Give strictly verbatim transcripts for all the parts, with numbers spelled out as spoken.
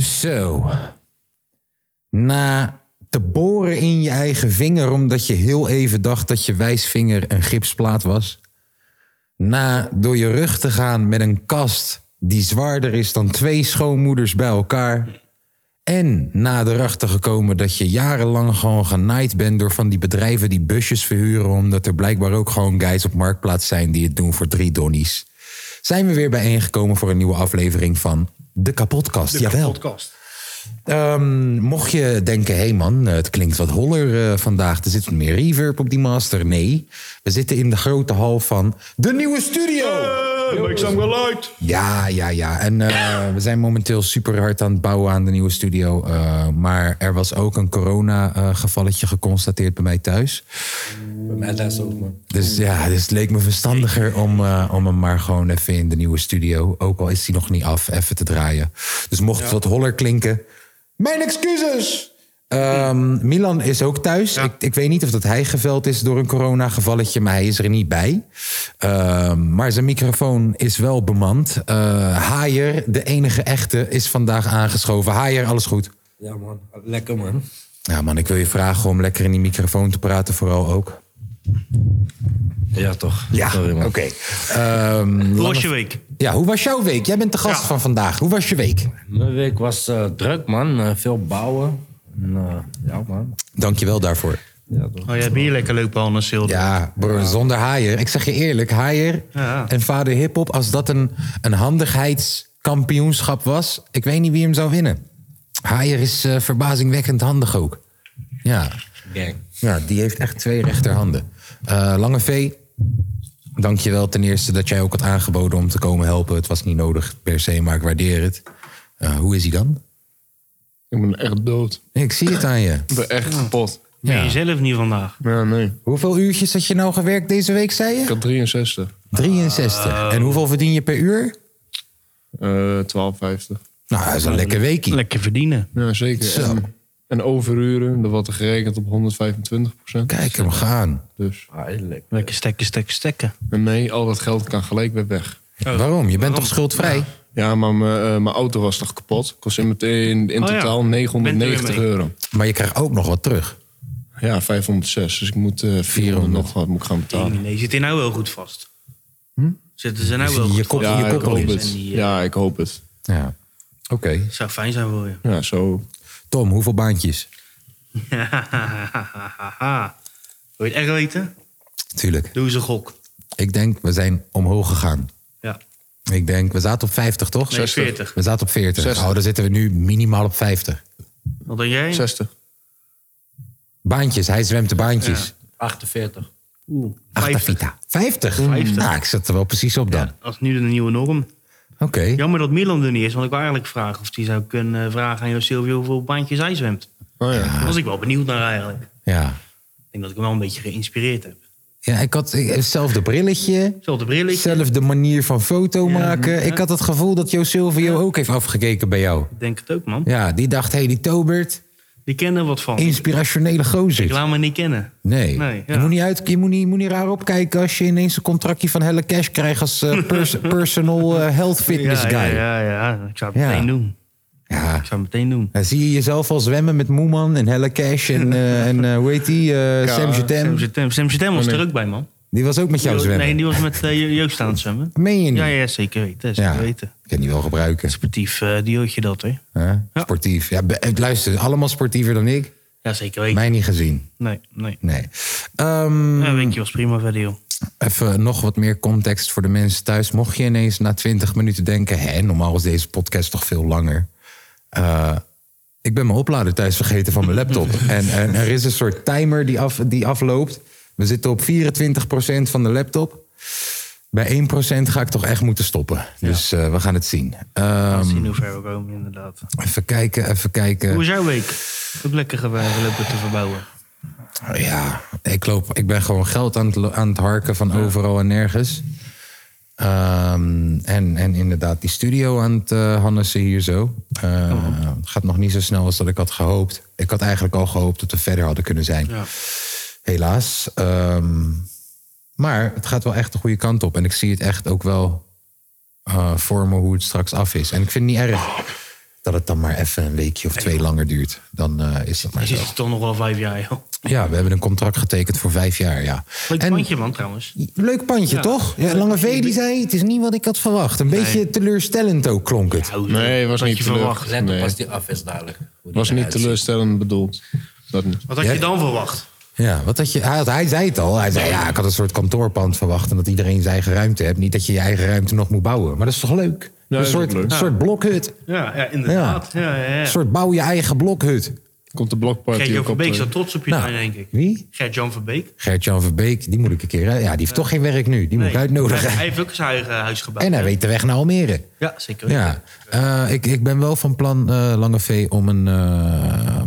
Zo. Na te boren in je eigen vinger omdat je heel even dacht dat je wijsvinger een gipsplaat was. Na door je rug te gaan met een kast die zwaarder is dan twee schoonmoeders bij elkaar. En na erachter gekomen dat je jarenlang gewoon genaaid bent door van die bedrijven die busjes verhuren, omdat er blijkbaar ook gewoon guys op Marktplaats zijn die het doen voor drie donnies. Zijn we weer bijeengekomen voor een nieuwe aflevering van De Kapotkast. De Jawel. Kapotkast. Um, mocht je denken, hé hey man, het klinkt wat holler uh, vandaag. Er zit wat meer reverb op die master. Nee, we zitten in de grote hal van de nieuwe studio. Hey, make some geluid. Ja, ja, ja. En uh, we zijn momenteel super hard aan het bouwen aan de nieuwe studio. Uh, maar er was ook een corona-gevalletje uh, geconstateerd bij mij thuis. Bij mij thuis ook, man. Dus ja, dus het leek me verstandiger om, uh, om hem maar gewoon even in de nieuwe studio, ook al is hij nog niet af, even te draaien. Dus mocht het ja. wat holler klinken, mijn excuses! Um, Milan is ook thuis. Ja. Ik, ik weet niet of dat hij geveld is door een coronagevalletje, maar hij is er niet bij. Um, maar zijn microfoon is wel bemand. Uh, Haier, de enige echte, is vandaag aangeschoven. Haier, alles goed? Ja man, lekker man. Ja man, ik wil je vragen om lekker in die microfoon te praten, vooral ook. Ja toch. Ja, oké. Okay. Um, hoe was je week? Ja, hoe was jouw week? Jij bent de gast ja. van vandaag. Hoe was je week? Mijn week was uh, druk man, uh, veel bouwen. En, uh, ja man. Dank je wel daarvoor. Ja, toch. Oh, jij hebt hier lekker lopen aan een Silder. Ja, bro, ja, zonder Haier. Ik zeg je eerlijk, Haier ja. en Vader Hiphop, als dat een, een handigheidskampioenschap was, ik weet niet wie hem zou winnen. Haier is uh, verbazingwekkend handig ook. Ja. Gang. Ja, die heeft echt twee rechterhanden. Uh, Lange V, dank je wel ten eerste dat jij ook had aangeboden om te komen helpen. Het was niet nodig per se, maar ik waardeer het. Uh, hoe is hij dan? Ik ben echt dood. Ik zie het aan je. Ik ben echt kapot. Ben je ja. zelf niet vandaag? Ja, nee. Hoeveel uurtjes had je nou gewerkt deze week, zei je? Ik had drieënzestig. drieënzestig. Uh, en hoeveel verdien je per uur? Uh, twaalf vijftig. Nou, dat is een uh, lekker weekie. Lekker verdienen. Ja, zeker. En, en overuren, dat wordt er gerekend op honderdvijfentwintig procent. Kijk hem gaan. Dus. Ah, lekker. lekker stekken, stekken, stekken. En nee, al dat geld kan gelijk weer weg. Oh. Waarom? Je bent Waarom? toch schuldvrij? Ja. Ja, maar mijn uh, auto was toch kapot. Kost in, in, in totaal oh ja. negenhonderdnegentig euro. Maar je krijgt ook nog wat terug. Ja, vijfhonderdzes. Dus ik moet uh, vierhonderd nog wat moet ik gaan betalen. Nee, nee, zit hij nou wel goed vast? Hm? Zitten ze nou dus wel je goed kop, vast? Ja, je ik hoop het. Die, uh... Ja, ik hoop het. Ja, oké. Okay. Zou fijn zijn voor je. Ja, zo. Tom, hoeveel baantjes? Wil je het echt weten? Tuurlijk. Doe eens een gok. Ik denk, we zijn omhoog gegaan. Ja. Ik denk, we zaten op vijftig, toch? Nee, veertig. We zaten op veertig. zestig. Oh, dan zitten we nu minimaal op vijftig. Wat denk jij? zestig. Baantjes, hij zwemt de baantjes. Ja. achtenveertig. Oeh, vijftig. vijftig? vijftig. Nou, ik zat er wel precies op dan. Ja, dat is nu de nieuwe norm. Oké. Okay. Jammer dat Milan er niet is, want ik wou eigenlijk vragen of hij zou kunnen vragen aan jou, Silvio, hoeveel baantjes hij zwemt. Oh ja. Daar was ik wel benieuwd naar eigenlijk. Ja. Ik denk dat ik hem wel een beetje geïnspireerd heb. Ja, ik had hetzelfde brilletje. Hetzelfde brilletje. Zelfde manier van foto maken. Ja, ja. Ik had het gevoel dat Jo Silvio ja. ook heeft afgekeken bij jou. Ik denk het ook, man. Ja, die dacht, hé, hey, die Tobert. Die kennen er wat van. Inspirationele gozer. Ik laat me niet kennen. Nee. nee ja. Je moet niet uit, je moet niet, moet niet raar opkijken als je ineens een contractje van Helle Cash krijgt als uh, pers, personal uh, health fitness ja, guy. Ja, ja, ja. Ik zou het ja. meteen doen. Ja. Ik zou het meteen doen. Ja, zie je jezelf al zwemmen met Moeman en Helle Cash en, uh, en uh, hoe heet die? Uh, Sam Jetem. Sam Jetem was oh, nee. er ook bij, man. Die was ook met jou zwemmen? Nee, die was met uh, Joost aan het zwemmen. Meen je niet? Ja, ja zeker weten. Zeker ja, weten. Ik kan die wel gebruiken. Sportief uh, diootje dat, hè? Ja, ja. Sportief. Ja, luister, allemaal sportiever dan ik. Ja, zeker weten. Mij niet gezien. Nee, nee. nee. Um, ja, weekje was prima verder, joh. Even nog wat meer context voor de mensen thuis. Mocht je ineens na twintig minuten denken, hè, normaal is deze podcast toch veel langer. Uh, ik ben mijn oplader thuis vergeten van mijn laptop. en, en er is een soort timer die, af, die afloopt. We zitten op vierentwintig procent van de laptop. Bij één procent ga ik toch echt moeten stoppen. Ja. Dus uh, we gaan het zien. Um, we gaan zien hoe ver we komen, inderdaad. Even kijken, even kijken. Hoe is jouw week? Ook lekker gelopen te verbouwen. Ja, ik, loop, ik ben gewoon geld aan het, aan het harken van ja. overal en nergens. Um, en, en inderdaad die studio aan het uh, hannissen hier zo. Uh, oh. Het gaat nog niet zo snel als dat ik had gehoopt. Ik had eigenlijk al gehoopt dat we verder hadden kunnen zijn. Ja. Helaas. Um, maar het gaat wel echt de goede kant op. En ik zie het echt ook wel uh, voor me hoe het straks af is. En ik vind het niet erg. dat het dan maar even een weekje of twee langer duurt. Dan uh, is dat maar zo. zo. Is het toch nog wel vijf jaar, joh. Ja, we hebben een contract getekend voor vijf jaar, ja. Leuk en, pandje, man, trouwens. Leuk pandje, ja, toch? Ja, Lange V die zei, het is niet wat ik had verwacht. Een nee. beetje teleurstellend ook klonk het. Ja, nee, was niet verwacht. Let op als die af is dadelijk. Was niet teleurstellend bedoeld. Dat niet. Wat had ja. je dan verwacht? Ja, wat had je, hij, had, hij zei het al. Hij zei, ja, ik had een soort kantoorpand verwacht... en dat iedereen zijn eigen ruimte heeft. Niet dat je je eigen ruimte nog moet bouwen. Maar dat is toch leuk? Ja, een soort, een soort blokhut. Ja, ja inderdaad. Ja. Ja, ja, ja. Een soort bouw je eigen blokhut. Komt de blokparty Gert-Jan ook op. Verbeek staat trots op je, nou, denk ik. Wie? Gert-Jan Verbeek. Gert-Jan Verbeek, die moet ik een keer... Ja, die heeft ja. toch geen werk nu. Die nee. moet ik uitnodigen. Hij heeft ook zijn eigen huis gebouwd. En hij weet de weg naar Almere. Ja, zeker. Ja. Uh, ik, ik ben wel van plan, uh, Lange V, om een, uh,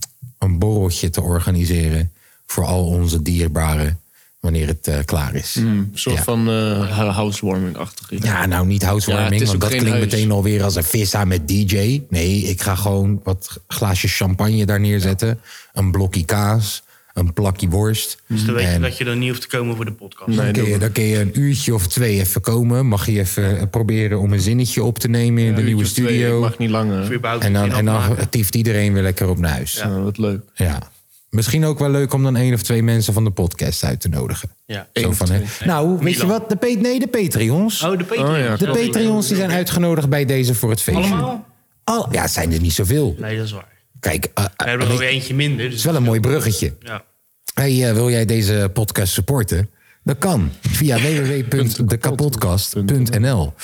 een borreltje te organiseren... voor al onze dierbaren, wanneer het uh, klaar is. Mm, een soort ja. van uh, housewarming-achtig. Ja, nou niet housewarming, ja, want dat klinkt huis. meteen alweer als een vissa met D J. Nee, ik ga gewoon wat glaasjes champagne daar neerzetten. Ja. Een blokje kaas, een plakje worst. Dus dan weet je en... dat je dan niet hoeft te komen voor de podcast. Nee, dan, kun je, dan kun je een uurtje of twee even komen. Mag je even ja. proberen om een zinnetje op te nemen in ja, de nieuwe studio. Twee, mag niet langer. En dan, en dan tieft iedereen weer lekker op naar huis. Ja, ja wat leuk. Ja. Misschien ook wel leuk om dan één of twee mensen van de podcast uit te nodigen. Ja, Zo van, hè? Nou, weet Milan. je wat? De, Pe- nee, de Patreons. Oh, de Patreons. Oh, ja, de Patreons die zijn uitgenodigd bij deze voor het feestje. Allemaal? Al, ja, het zijn er niet zoveel. Nee, dat is waar. Kijk, uh, we hebben er nog weer eentje minder. Dus het is wel een mooi bruggetje. Ja. Hey, uh, wil jij deze podcast supporten? Dat kan. Via w w w punt de kapotkast punt n l.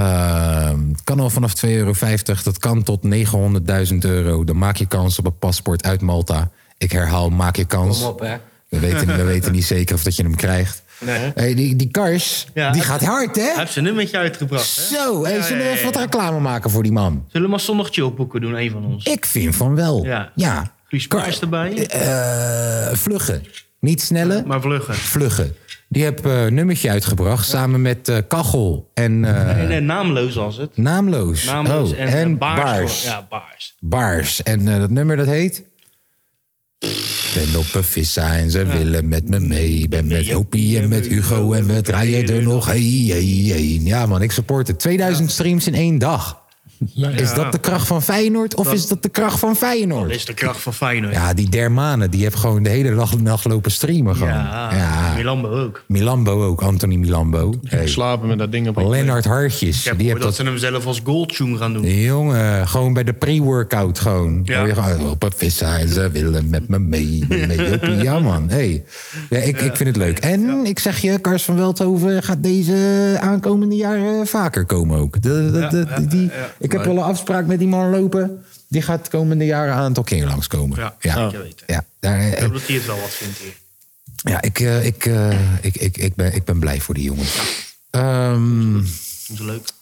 Uh, het kan al vanaf twee euro vijftig. Dat kan tot negenhonderdduizend euro. Dan maak je kans op een paspoort uit Malta. Ik herhaal, maak je kans. Kom op, hè. We weten, we weten niet zeker of dat je hem krijgt. Nee. Hey, die, die Kars, ja, die gaat hard, hè? Hij heeft zijn nummertje uitgebracht, hè? Zo, hey, ja, zullen we ja, ja, even wat reclame maken voor die man? Zullen we maar zondag chillboeken doen, een van ons? Ik vind van wel. Ja. ja. Guus Kars erbij? Uh, vluggen. Niet snelle. Maar vluggen. Vluggen. Die heb uh, een nummertje uitgebracht ja. samen met uh, Kachel en... Uh, nee, nee, naamloos was het. Naamloos. Naamloos oh, en, en baars. Baars. Ja, Baars. Baars. En uh, dat nummer dat heet... Ben op een vissa en ze ja. willen met me mee. Ben met Hopie en met Hugo en we draaien er nog heen, heen, heen. Ja man, ik support het. tweeduizend ja. streams in één dag. Ja. Is dat de kracht van Feyenoord of dat, is dat de kracht van Feyenoord? Dat is de kracht van Feyenoord. Ja, die Dermanen, die heeft gewoon de hele dag, nacht lopen streamen gewoon. Ja, ja. Milambo ook. Milambo ook, Anthony Milambo. Hey. Slapen met dat ding op. Lennart Hartjes. Ik heb die dat, dat ze hem zelf als goaltune gaan doen. Jongen, gewoon bij de pre-workout gewoon. Ja. Je gewoon op een vissa en ze willen met me mee. mee ja man, hey. Ja, ik, ja. ik vind het leuk. En ja. ik zeg je, Kars van Welthoven gaat deze aankomende jaren vaker komen ook. De, de, de, de, die, ja, ja. Ik heb wel een afspraak met die man lopen. Die gaat de komende jaren een aantal keer langskomen. Ja, ja. Oh. weten. ja. Daar, ik hoop dat hij het wel wat vindt hier. Ja, ik, uh, ik, uh, ik, ik, ik, ben, ik ben blij voor die jongen. Ja. Um, dat is leuk.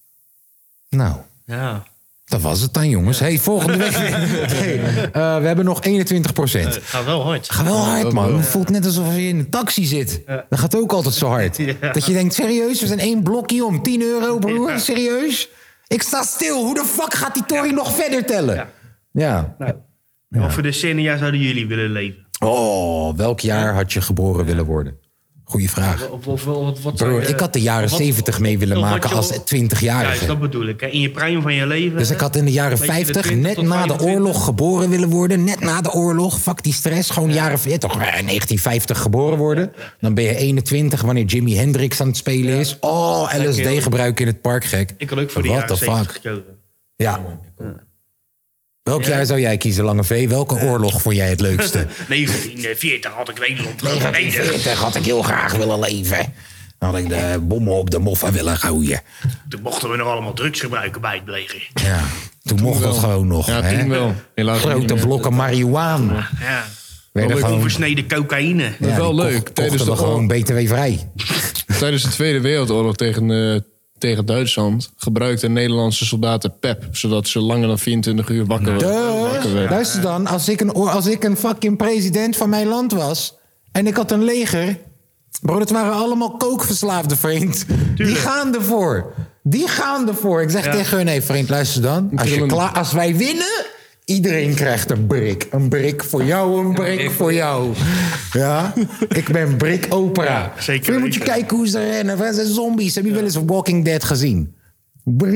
Nou. Ja. Dat was het dan, jongens. Ja. Hey, volgende week. hey, uh, we hebben nog eenentwintig procent. Uh, gaat wel hard. Gaat wel hard, man. Het voelt net alsof je in een taxi zit. Ja. Dat gaat ook altijd zo hard. Ja. Dat je denkt, serieus, we zijn één blokje om tien euro, broer. Ja. Serieus? Ik sta stil. Hoe de fuck gaat die Tory ja. nog verder tellen? Ja. ja. Nou, ja. Wat voor decennia zouden jullie willen leven? Oh, welk jaar had je geboren ja. willen worden? Goeie vraag. Of, of, of, wat Bro, je, ik had de jaren zeventig mee willen maken als twintigjarige. Ja, dat bedoel ik. Hè. In je prime van je leven. Dus ik had in de jaren vijftig, net na de oorlog, geboren willen worden. Net na de oorlog. Fuck die stress. Gewoon ja. jaren veertig, toch negentien vijftig geboren worden. Dan ben je eenentwintig wanneer Jimi Hendrix aan het spelen ja. is. Oh, L S D gebruiken in het park, gek. Ik had ook voor de What jaren zeventig gekozen. Ja. ja. Welk ja. jaar zou jij kiezen, Lange V? Welke uh, oorlog vond jij het leukste? negentien veertig had ik Nederland negentien veertig had ik heel graag willen leven. Dan had ik de bommen op de moffen willen gooien. Toen mochten we nog allemaal drugs gebruiken bij het belegeren. Ja, toen, toen mocht dat gewoon nog. Ja, hè? toen wel. Helaas grote blokken marihuana. Ja. Werden gewoon versneden cocaïne. Ja, dat is wel leuk. Kocht, Tijdens de gewoon B T W vrij. Tijdens de Tweede Wereldoorlog tegen... Uh, tegen Duitsland gebruikten Nederlandse soldaten P E P... zodat ze langer dan vierentwintig uur wakker, wakker werden. Luister dan, als ik, een, als ik een fucking president van mijn land was... en ik had een leger... Bro, dat waren allemaal kookverslaafde, vriend. Tuurlijk. Die gaan ervoor. Die gaan ervoor. Ik zeg ja. tegen hun, nee, vriend, luister dan. Als, je klaar, als wij winnen... Iedereen krijgt een brik. Een brik voor jou, een brik voor jou. Ja? Ik ben Brik Opera. Ja, zeker. Dan moet je kijken hoe ze rennen. Dat zijn zombies. Heb je ja. wel eens Walking Dead gezien? Broer.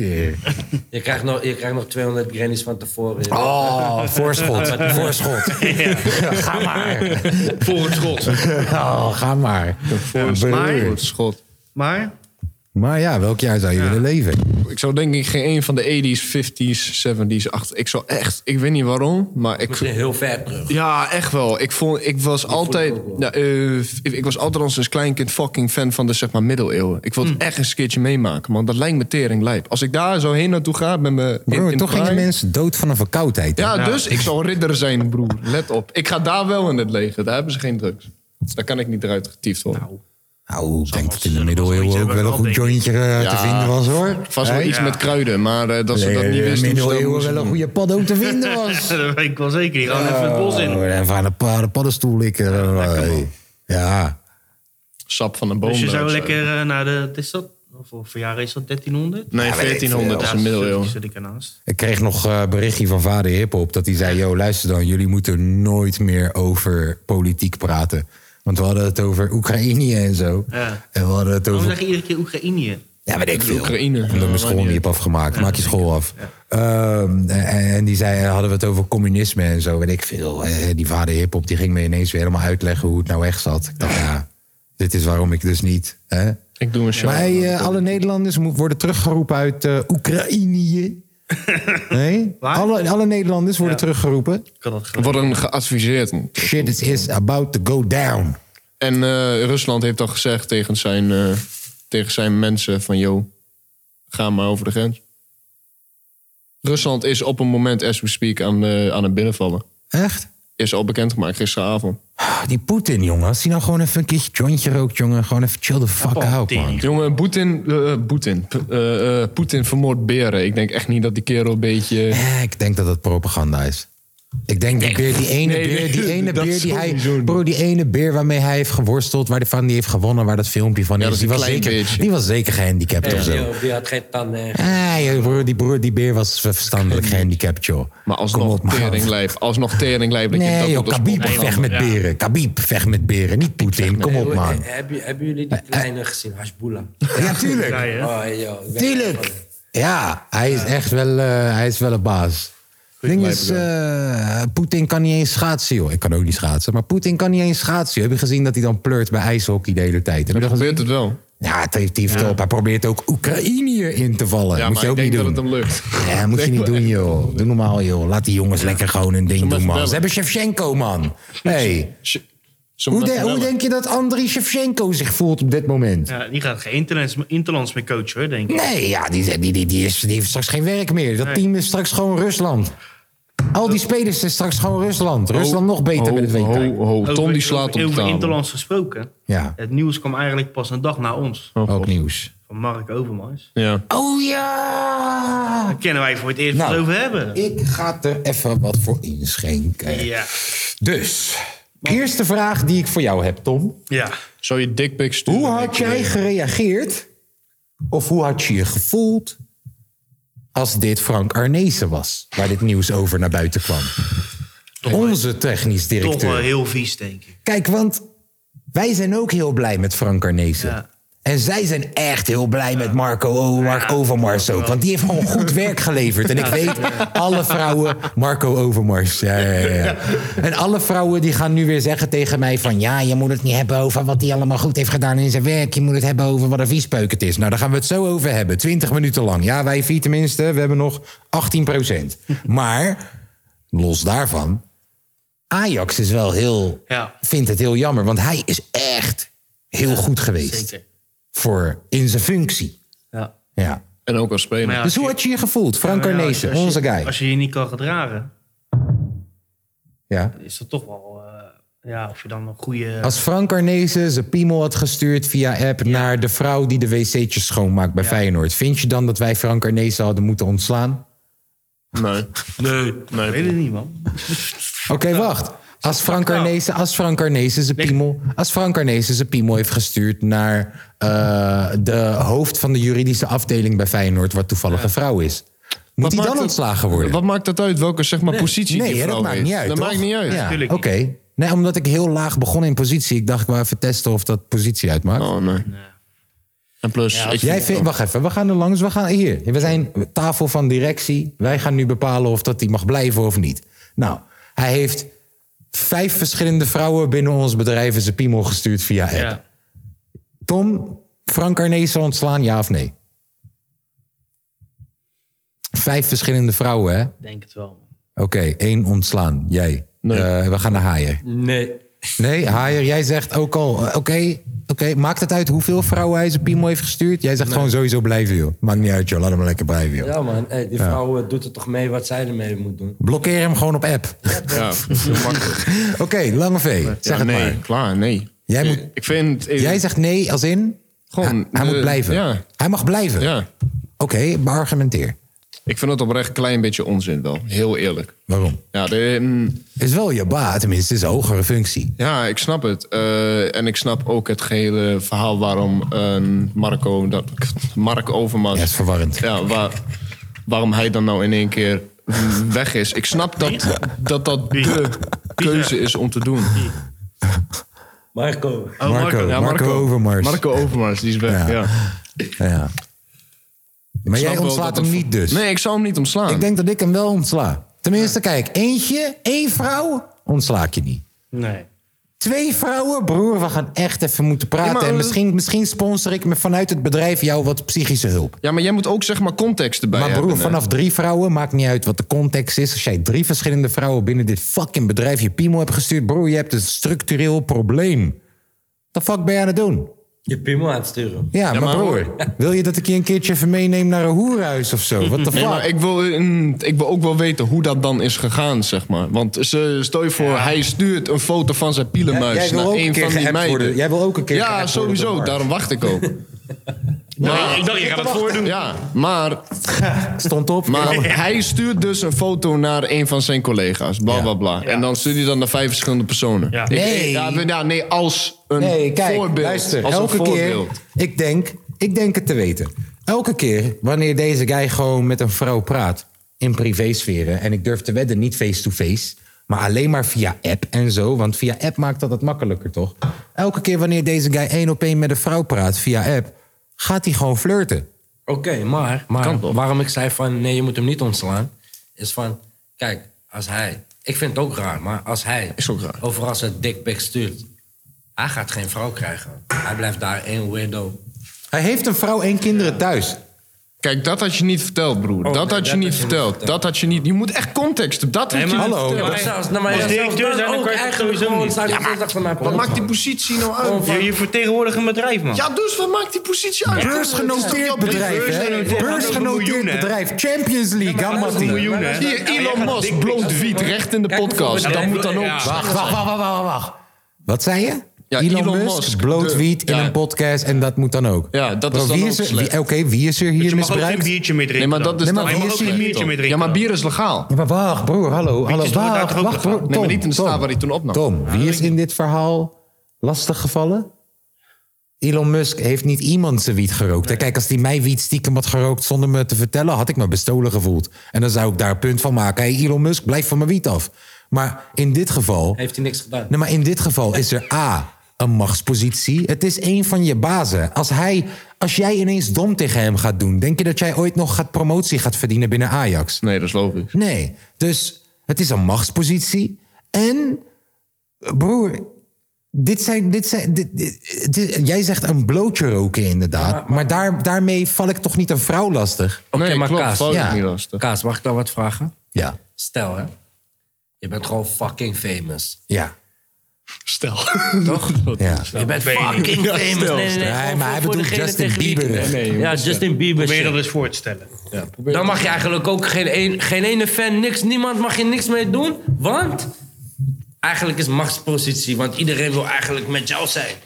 Je krijgt nog, je krijgt nog tweehonderd grannies van tevoren. Oh, voorschot. Voorschot. Ja. Ga maar. Voor het schot. Oh, ga maar. Voor maar- het schot. Maar, Maar ja, welk jaar zou je Ja. willen leven? Ik zou denk ik geen een van de tachtiger, vijftiger, zeventiger, achter. Ik zou echt, ik weet niet waarom, maar ik... Misschien heel ver terug. Ja, echt wel. Ik, vond, ik was altijd... ik ook wel. Ja, eh, ik, ik was altijd al sinds kleinkind fucking fan van de zeg maar middeleeuwen. Ik wil het echt eens een keertje meemaken, man. Dat lijkt me tering lijp. Als ik daar zo heen naartoe ga met me... in- Bro, in toch gingen prime- mensen dood van een verkoudheid. hè? Ja, dus ik zou ridder zijn, broer. Let op. Ik ga daar wel in het leger. Daar hebben ze geen drugs. Daar kan ik niet eruit getiefd worden. Nou, ik denk dat in de er middeleeuwen wel ook iets wel een goed hebben jointje eh, te Ja. vinden was, hoor. Vast wel Hè? iets Ja. met kruiden, maar eh, dat ze dat Nee, niet in wisten. de hoe ze dat middeleeuwen moesten wel een doen. goede paddo te vinden was. dat weet ik wel zeker. Die gaan even het bos in. Oh, even aan de, pa- de paddenstoel likken. Hey. Ja. Sap van een boom. Dus je zou eruit lekker uh, naar de... Wat is dat? Voor, voor jaren is dat dertienhonderd? Nee, Ja, weet ik veertienhonderd veel. is een middeleeuwen. zit ik ernaast. Ik kreeg nog een berichtje van vader Hiphop dat hij zei... Yo, luister dan, jullie moeten nooit meer over politiek praten. Want we hadden het over Oekraïne en zo. Ja. En we hadden het Waarom over... zeg je iedere keer Oekraïne? Ja, weet ik veel. Oekraïne. Omdat mijn Ja, school maakt niet niet heb afgemaakt. Maak je school af. Ehm, en, en die zei, hadden we het over communisme en zo, weet ik veel. Eh, Die vader hiphop die ging me ineens weer helemaal uitleggen hoe het nou echt zat. Ik dacht, ja, dit is waarom ik dus niet... Hè? Ik doe een show. Maar hey, eh, alle Nederlanders mo- worden teruggeroepen uit eh, Oekraïne. Nee? Waar? Alle, alle Nederlanders worden teruggeroepen. Ik had dat gelijk. Worden geadviseerd. Shit is, is about to go down. En eh, Rusland heeft al gezegd tegen zijn, eh, tegen zijn mensen van... Yo, ga maar over de grens. Rusland is op een moment, as we speak, aan, eh, aan het binnenvallen. Echt? Is al bekendgemaakt gisteravond. Ah, Die Poetin, jongen. Als hij nou gewoon even een keertje jointje rookt, jongen. Gewoon even chill the fuck out, man. Jongen, Poetin, eh, Poetin, P- eh, eh, Poetin vermoordt beren. Ik denk echt niet dat die kerel een beetje... Eh, ik denk dat het propaganda is. Ik denk die beer, die ene Nee, beer, die nee, ene dat beer die hij, sowieso niet. bro, die ene beer waarmee hij heeft geworsteld, waar die van die heeft gewonnen, waar dat filmpje van Ja, is, dat is die een was klein zeker, beertje. die was zeker gehandicapt of zo. Die, die had geen tanden. Ah, joh, broer, die broer, die beer was verstandelijk gehandicapt, joh. Maar Kom alsnog op, man. teringlijf. Alsnog teringlijf. Dat je Nee, dat joh, op de Khabib sport vecht kan. met Ja. beren. Khabib vecht met beren, niet Poetin. Kom op, man. Hebben, hebben jullie die kleine gezien? Hashbullah. Ja, tuurlijk. Ja, hè? Oh, joh. ik ben- Tuurlijk. Ja, hij is echt wel, eh, hij is wel een baas. Het ding is, eh, Poetin kan niet eens schaatsen, joh. Ik kan ook niet schaatsen, maar Poetin kan niet eens schaatsen. Heb je gezien dat hij dan pleurt bij ijshockey de hele tijd? Heb je Hij dat gezien? probeert het wel. Ja, het heeft hij ja. op. Hij probeert ook Oekraïne in te vallen. Ja, moet maar je ik ook denk niet dat doen. het hem lukt. Ja, moet je niet doen, joh. Doe normaal, joh. Laat die jongens lekker gewoon hun ding maar doen, man. bellen. Ze hebben Shevchenko, man. Hey. Sh- Ze Hoe, moeten de- hoe bellen. denk je dat Andriy Shevchenko zich voelt op dit moment? Ja, die gaat geen interlands, interlands meer coachen, hoor, denk ik. Nee, ja, die, die, die, die, is, die heeft straks geen werk meer. Dat Nee. team is straks gewoon Rusland. Al die spelers zijn straks gewoon Rusland. Rusland nog beter Ho, met het W K. ho, ho. Tom Over- die slaat op over, de over tafel. interlands gesproken. Ja, Het nieuws kwam eigenlijk pas een dag na ons. Oh, ook God. nieuws. Van Mark Overmars. Ja. Oh ja! Daar kennen wij voor het eerst Nou. wat over hebben. Ik ga er even wat voor inschenken. Ja. Dus, eerste vraag die ik voor jou heb, Tom. Ja. Zou je dickpics sturen? Hoe had jij gereageerd? Of hoe had je je gevoeld als dit Frank Arnezen was? Waar dit nieuws over naar buiten kwam. Onze technisch Toch wel directeur. heel vies, denk ik. Kijk, want wij zijn ook heel blij met Frank Arnezen. Ja. En zij zijn echt heel blij met Marco o, Mark Overmars ook. Want die heeft gewoon goed werk geleverd. En ik weet, alle vrouwen... Marco Overmars, ja, ja, ja, ja. En alle vrouwen die gaan nu weer zeggen tegen mij van... ja, je moet het niet hebben over wat hij allemaal goed heeft gedaan in zijn werk. Je moet het hebben over wat een viespeuk het is. Nou, daar gaan we het zo over hebben. Twintig minuten lang. Ja, wij vier tenminste. We hebben nog achttien procent. Maar, los daarvan... Ajax is wel heel... Ja. vindt het heel jammer. Want hij is echt heel goed geweest. Zeker. Voor in zijn functie. Ja. Ja. En ook als speler. Maar ja, Dus hoe had je je gevoeld? Frank Nou ja, Arnezen, als je- onze guy. Als je je niet kan gedragen, Ja. is dat toch wel... eh, ja, of je dan een goede... Als Frank Arnezen zijn piemel had gestuurd via app... naar de vrouw die de wc'tjes schoonmaakt bij Feyenoord... vind je dan dat wij Frank Arnezen hadden moeten ontslaan? Nee. Nee, Nee. ik weet het niet, man. Oké, wacht. Als Frank Arnezen, als Frank Arnezen zijn piemel... Als Frank Arnezen zijn piemel heeft gestuurd naar uh, de hoofd van de juridische afdeling bij Feyenoord... wat toevallig een vrouw is. Moet hij maakt dan het- ontslagen worden? Wat maakt dat uit? Welke zeg maar, positie Nee, die hè, vrouw dat maakt heeft? niet uit. Dat toch? maakt niet uit. Ja, Natuurlijk Oké. niet. Nee, omdat ik heel laag begon in positie. Ik dacht, ik wou even testen of dat positie uitmaakt. Oh, nee. En plus, Ja, ik Jij vind vindt, wacht even, we gaan er langs. We gaan hier. We zijn tafel van directie. Wij gaan nu bepalen of dat hij mag blijven of niet. Nou, hij heeft vijf verschillende vrouwen binnen ons bedrijf zijn piemel gestuurd via app. Ja. Tom, Frank Arnezen ontslaan, ja of nee? Vijf verschillende vrouwen, hè? Oké, Denk het wel. één ontslaan. Jij. Nee. Eh, we naar naar Haier. Nee. Nee, Haier, jij zegt ook al... Oké, oké. Okay. Maakt het uit hoeveel vrouwen hij zijn piemel heeft gestuurd? Jij zegt gewoon sowieso blijven, joh. Maakt niet uit, joh. Laat hem lekker blijven, joh. Ja, man. Hey, die vrouw eh, doet er toch mee wat zij ermee moet doen. Blokkeer hem gewoon op app. Ja, heel makkelijk. Oké, Lange V. Zeg Ja, het nee, maar. klaar, nee. Jij, moet, Ik vind... jij zegt nee als in... Gewoon, hij, hij de- moet blijven. ja. Hij mag blijven. Ja. Oké, beargumenteer. Ik vind het oprecht een klein beetje onzin wel. Heel eerlijk. Waarom? Ja, de, mm, Is wel je baat, tenminste, het is een hogere functie. ja ik snap het. Eh, en ik snap ook het gehele verhaal waarom eh, Marco... Dat, Mark Overmars... Ja, is verwarrend. Ja, waar, waarom hij dan nou in één keer weg is. Ik snap dat dat, dat de keuze is om te doen. Marco. Oh, Marco. Ja, Marco Overmars. Marco Overmars, die is weg, Ja. ja. Ja. Maar snap jij wel ontslaat dat hem het- niet dus? Nee, ik zou hem niet ontslaan. Ik denk dat ik hem wel ontsla. Tenminste, kijk, eentje, één vrouw, ontsla ik je niet. Nee. Twee vrouwen, broer, we gaan echt even moeten praten. Ja, maar- en misschien, misschien sponsor ik me vanuit het bedrijf jou wat psychische hulp. Ja, maar jij moet ook zeg maar context erbij Maar broer, hebben. hè. vanaf drie vrouwen, maakt niet uit wat de context is. Als jij drie verschillende vrouwen binnen dit fucking bedrijf je piemel hebt gestuurd, broer, je hebt een structureel probleem. Wat de fuck ben je aan het doen? Je piemel aan het sturen. Ja, maar, maar broer, wil je dat ik je een keertje even meeneem naar een hoerhuis of zo? Wat de fuck? Nee, maar ik wil, mm, ik wil ook wel weten hoe dat dan is gegaan, zeg maar. Want ze, stel je voor, hij stuurt een foto van zijn pielenmuis Jij wil naar ook een een keer van die geappt meiden. worden. Jij wil ook een keer Ja, geappt worden sowieso. door Mark. Daarom wacht ik ook. Nee, ik dacht, je gaat het voordoen. Ja, maar, Stond op. maar hij stuurt dus een foto naar een van zijn collega's. Bla, Ja. bla, bla. Ja. En dan stuurt hij dan naar vijf verschillende personen. Ja. Ik- Nee. Ja, ja, nee, als een Nee, kijk, voorbeeld. luister. Als Elke een keer, voorbeeld. ik denk, ik denk het te weten. Elke keer wanneer deze guy gewoon met een vrouw praat in privésferen, en ik durf te wedden niet face-to-face, maar alleen maar via app en zo, want via app maakt dat het makkelijker, toch? Elke keer wanneer deze guy één op één met een vrouw praat via app, gaat hij gewoon flirten. Oké, maar, maar waarom ik zei van nee, je moet hem niet ontslaan, is van, kijk, als hij, ik vind het ook raar, maar als hij Is ook raar. overal zijn dickpic stuurt, hij gaat geen vrouw krijgen. Hij blijft daar één weirdo. Hij heeft een vrouw en kinderen thuis. Kijk, dat had je niet verteld, broer. Oh, dat nee, had je dat niet had je niet verteld. verteld. Dat had je niet... Je moet echt context hebben. Dat had Nee, je maar niet hallo. verteld. Maar zelfs, nou, maar Als ja, zelfs directeur dan zijn, dan ook kan je het eigenlijk sowieso gewoon niet. zou je Ja, maar zeggen van mij, Wat maakt die positie nou uit? Je, je vertegenwoordigt een bedrijf, man. Ja, dus wat maakt die positie uit? Beursgenoteerd bedrijf, hè? Beursgenoteerd Beursgenoteerd miljoen, hè? bedrijf. Champions League, Gammati. miljoen, hè? Hier, Elon Musk bloot wiet recht in de Kijk, podcast. bijvoorbeeld- Dat moet dan ook... Ja. Wacht, wacht, wacht, wacht, wacht, wacht. Wat zei je? Ja, Elon, Elon Musk, Musk, bloot de- wiet in ja. een podcast en dat moet dan ook. Ja, dat is Bro, dan wie ook er- slecht. wie- Oké, wie is er hier Je mag ook geen misbruikt? biertje meer drinken. Nee, maar dat is dan. Nee, dan... maar je mag ook geen biertje meer drinken. Ja, maar dan. bier is legaal. Ja, maar wacht, broer, hallo, hallo, Biertjes worden daar wacht, toch ook wacht, broer. legaal? Nee, maar Tom, niet in de Tom. staat waar hij toen opnam. Tom, wie is in dit verhaal lastig gevallen? Elon Musk heeft niet iemand zijn wiet gerookt. hè. Kijk, als hij mij wiet stiekem had gerookt zonder me te vertellen, had ik me bestolen gevoeld. En dan zou ik daar een punt van maken. Hey, Elon Musk, blijf van mijn wiet af. Maar in dit geval, heeft hij niks gedaan. nee, maar in dit geval is er A, een machtspositie. Het is een van je bazen. Als, hij, als jij ineens dom tegen hem gaat doen, denk je dat jij ooit nog gaat promotie gaat verdienen binnen Ajax? Nee, dat is logisch. Nee. Dus het is een machtspositie. En, broer, dit zijn, dit zijn, dit, dit- dit- jij zegt een blootje roken inderdaad. Maar daar, daarmee val ik toch niet een vrouw lastig? Oké, Nee, maar klopt, Kaas, val ik ja. niet lastig. Kaas, mag ik dan wat vragen? Ja. Stel, hè. Je bent gewoon fucking famous. Ja. Stel. Toch? Ja. Je bent weet ik niet. fucking Ja, famous. stel, nee, nee, nee. Nee, gewoon maar hij voor bedoelt degene Justin tegen wie- Bieber. Nee, Ja, Justin Bieber Probeer je shit. dat eens voor te stellen. Dan mag je eigenlijk ook geen, een, geen ene fan, niks, niemand mag je niks mee doen. Want eigenlijk is machtspositie, want iedereen wil eigenlijk met jou zijn.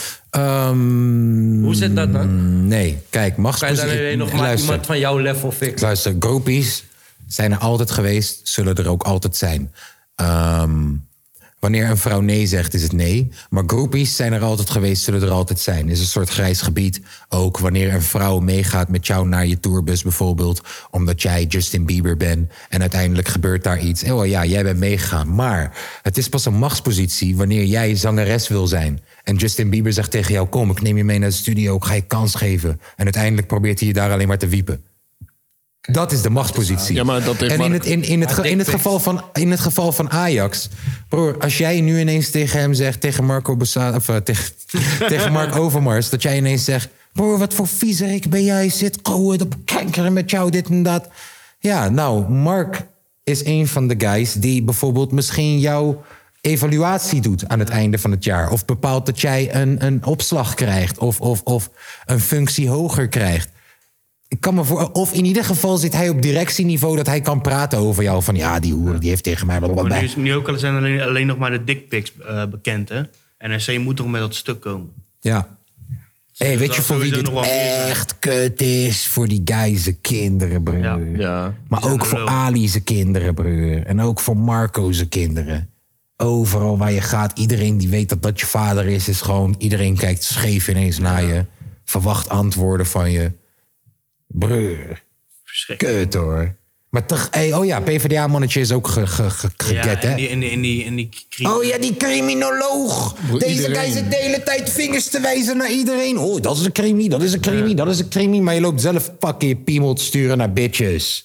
Ehm, Hoe zit dat dan? nee, kijk, Kan je dan machtspositie... alleen nog maar Luister. iemand van jouw level fixen? Luister, gropies zijn er altijd geweest, zullen er ook altijd zijn. Ehm, Wanneer een vrouw nee zegt, is het nee. Maar groupies zijn er altijd geweest, zullen er altijd zijn. Het is een soort grijs gebied. Ook wanneer een vrouw meegaat met jou naar je tourbus bijvoorbeeld... omdat jij Justin Bieber bent en uiteindelijk gebeurt daar iets. Oh ja, jij bent meegegaan. Maar het is pas een machtspositie wanneer jij zangeres wil zijn... en Justin Bieber zegt tegen jou... kom, ik neem je mee naar de studio, ik ga je kans geven. En uiteindelijk probeert hij je daar alleen maar te wiepen. Dat is de machtspositie. Ja, maar dat heeft en in Mark- het, in, in, het, ge- in, het geval van, in het geval van Ajax... broer, als jij nu ineens tegen hem zegt... tegen Marco Bessa, of, uh, tegen, tegen Mark Overmars... dat jij ineens zegt... broer, wat voor viezerik ben jij? Zit gewoon op kankeren met jou, dit en dat. Ja, nou, Mark is een van de guys... die bijvoorbeeld misschien jouw evaluatie doet... aan het einde van het jaar. Of bepaalt dat jij een, een opslag krijgt... Of, of, of een functie hoger krijgt... Ik kan me voor, of in ieder geval zit hij op directieniveau... dat hij kan praten over jou. Van ja, die hoer die heeft tegen mij... Maar blablabla. nu, is, nu ook al zijn alleen, alleen nog maar de dickpics uh, bekend, hè? N R C moet toch met dat stuk komen. Ja. Hey, weet dat je voor wie sowieso dit nog wel meer zijn. echt kut is? Voor die guys' kinderen, broer. Ja. Ja. Maar ook voor geloof. Ali's kinderen, broer. En ook voor Marco's kinderen. Overal waar je gaat, iedereen die weet dat dat je vader is... is gewoon, iedereen kijkt scheef ineens naar je. Verwacht antwoorden van je. Broer. Verschrikkelijk. Kut hoor. Maar toch, hey, oh ja, P v d A-mannetje is ook ge, ge, ge, Ja, geget, hè? en die, en die, en die, en die cri- Oh ja, die criminoloog. Deze iedereen. guy zit de hele tijd vingers te wijzen naar iedereen. Oh, dat is een crimi, dat is een crimi, dat is een crimi. Maar je loopt zelf pakken je piemel te sturen naar bitches.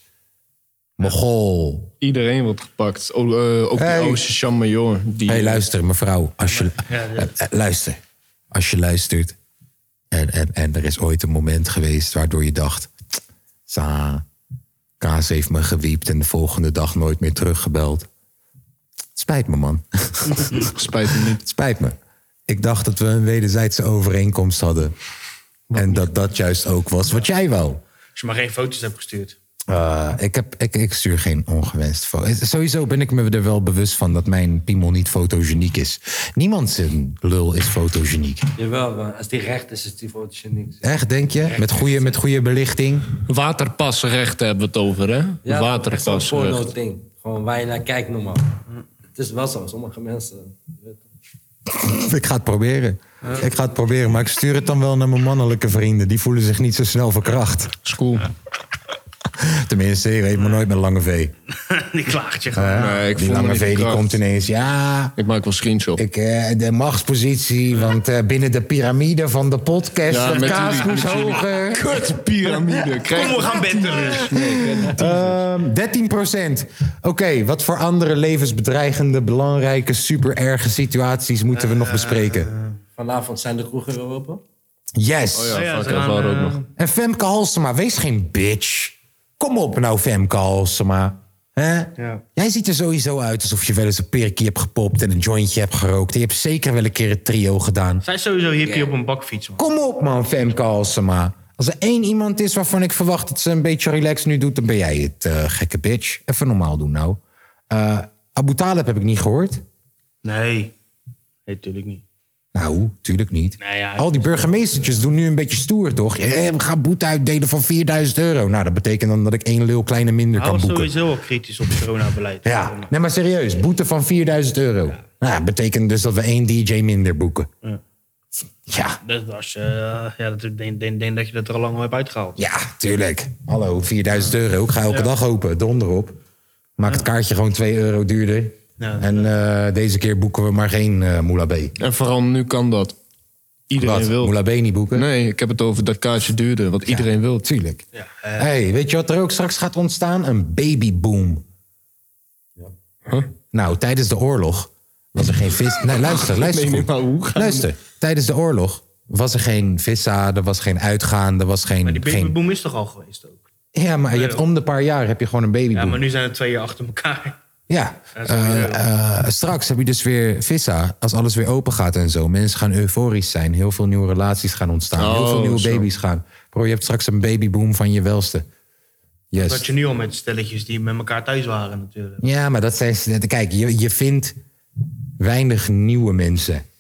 Mogol. Iedereen wordt gepakt. Ook, uh, ook Hey. die oude Jean Major. Die, Hé, hey, luister, mevrouw. Als je, Ja, ja. eh, eh, luister. Als je luistert... En, en, en er is ooit een moment geweest waardoor je dacht... Sa, Kaas heeft me gewiept en de volgende dag nooit meer teruggebeld. Het spijt me, man. Spijt me niet. Het spijt me. Ik dacht dat we een wederzijdse overeenkomst hadden. En dat dat juist ook was wat jij wou. Als je maar geen foto's hebt gestuurd. Uh, ik, heb, ik, ik stuur geen ongewenst foto. Sowieso ben ik me er wel bewust van dat mijn piemel niet fotogeniek is. Niemand zijn lul is fotogeniek. Jawel, man. Als die recht is, is die fotogeniek. Echt, denk je? Met goede, met goede belichting? Waterpasrechten hebben we het over, hè? Ja, echt zo'n Waterpasrechten. porno-ding. Gewoon waar je naar kijkt, normaal. Het is wel zo, sommige mensen... Ik ga het proberen. Ik ga het proberen, maar ik stuur het dan wel naar mijn mannelijke vrienden. Die voelen zich niet zo snel verkracht. School. Tenminste, je weet maar nooit met lange V. die klaagt je gewoon. Ja, Nee, ik die voel me lange niet V die verkracht. komt ineens. Ja, Ik maak wel screenshot. ik, eh, de machtspositie, want eh, binnen de piramide van de podcast... Ja, de met kaas jullie- moest met jullie- hoger. Kut, piramide. Krijg Kom, we gaan bettelen. Ehm, dertien procent. Oké, wat voor andere levensbedreigende, belangrijke, super erge situaties moeten we nog bespreken? Vanavond zijn de kroegen weer open. Yes. Oh ja, Ja, fuck, ze dat gaan, waren ook eh, nog. En Femke Halsema, wees geen bitch. Kom op nou, Femke Halsema. Hè? Ja. Jij ziet er sowieso uit alsof je wel eens een perkie hebt gepopt... en een jointje hebt gerookt. Je hebt zeker wel een keer een trio gedaan. Zij is sowieso hippie op een bakfiets, man. Kom op man, Femke Halsema. Als er één iemand is waarvan ik verwacht dat ze een beetje relaxed nu doet... dan ben jij het, uh, gekke bitch. Even normaal doen nou. Uh, Abu Talib heb ik niet gehoord. Nee. Nee, natuurlijk niet. Nou, tuurlijk niet. Nee, ja, Al die burgemeestertjes doen nu een beetje stoer, toch? Ja, we gaan boete uitdelen van vierduizend euro. Nou, dat betekent dan dat ik één lul kleine minder Hij kan was boeken. sowieso al kritisch op het coronabeleid. Ja, nee, maar serieus. Boete van vierduizend euro. Nou, dat betekent dus dat we één D J minder boeken. Ja. Ja, Dat was, uh, ja, dat, ik denk, denk, denk dat je dat er al lang hebt uitgehaald. ja, tuurlijk. Hallo, vierduizend euro. Ik ga elke dag open. Donder op. Maak het kaartje gewoon twee euro duurder. Ja. En uh, deze keer boeken we maar geen uh, Moula B. En vooral nu kan dat. Iedereen Wat? wil. Moula B niet boeken? Nee, ik heb het over dat kaartje duurder. Wat iedereen wil. Tuurlijk. Ja, Hey, weet je wat er ook straks gaat ontstaan? Een babyboom. Huh? Nou, tijdens de oorlog was er geen vis... Nee, luister, luister Nee, nee, goed. maar hoe gaan we- Luister, tijdens de oorlog was er geen vissa, er was geen uitgaan, er was geen... maar die geen... babyboom is toch al geweest ook? Ja, maar je hebt om de paar jaar heb je gewoon een babyboom. Ja, maar nu zijn het twee jaar achter elkaar. Ja, Dat is eh, sowieso. eh, straks heb je dus weer vissa, als alles weer open gaat en zo. Mensen gaan euforisch zijn, heel veel nieuwe relaties gaan ontstaan, heel Oh, veel nieuwe zo. baby's gaan. Bro, je hebt straks een babyboom van je welste. Yes. Dat je nu al met stelletjes die met elkaar thuis waren natuurlijk. Ja, maar dat zijn... Kijk, je, je vindt weinig nieuwe mensen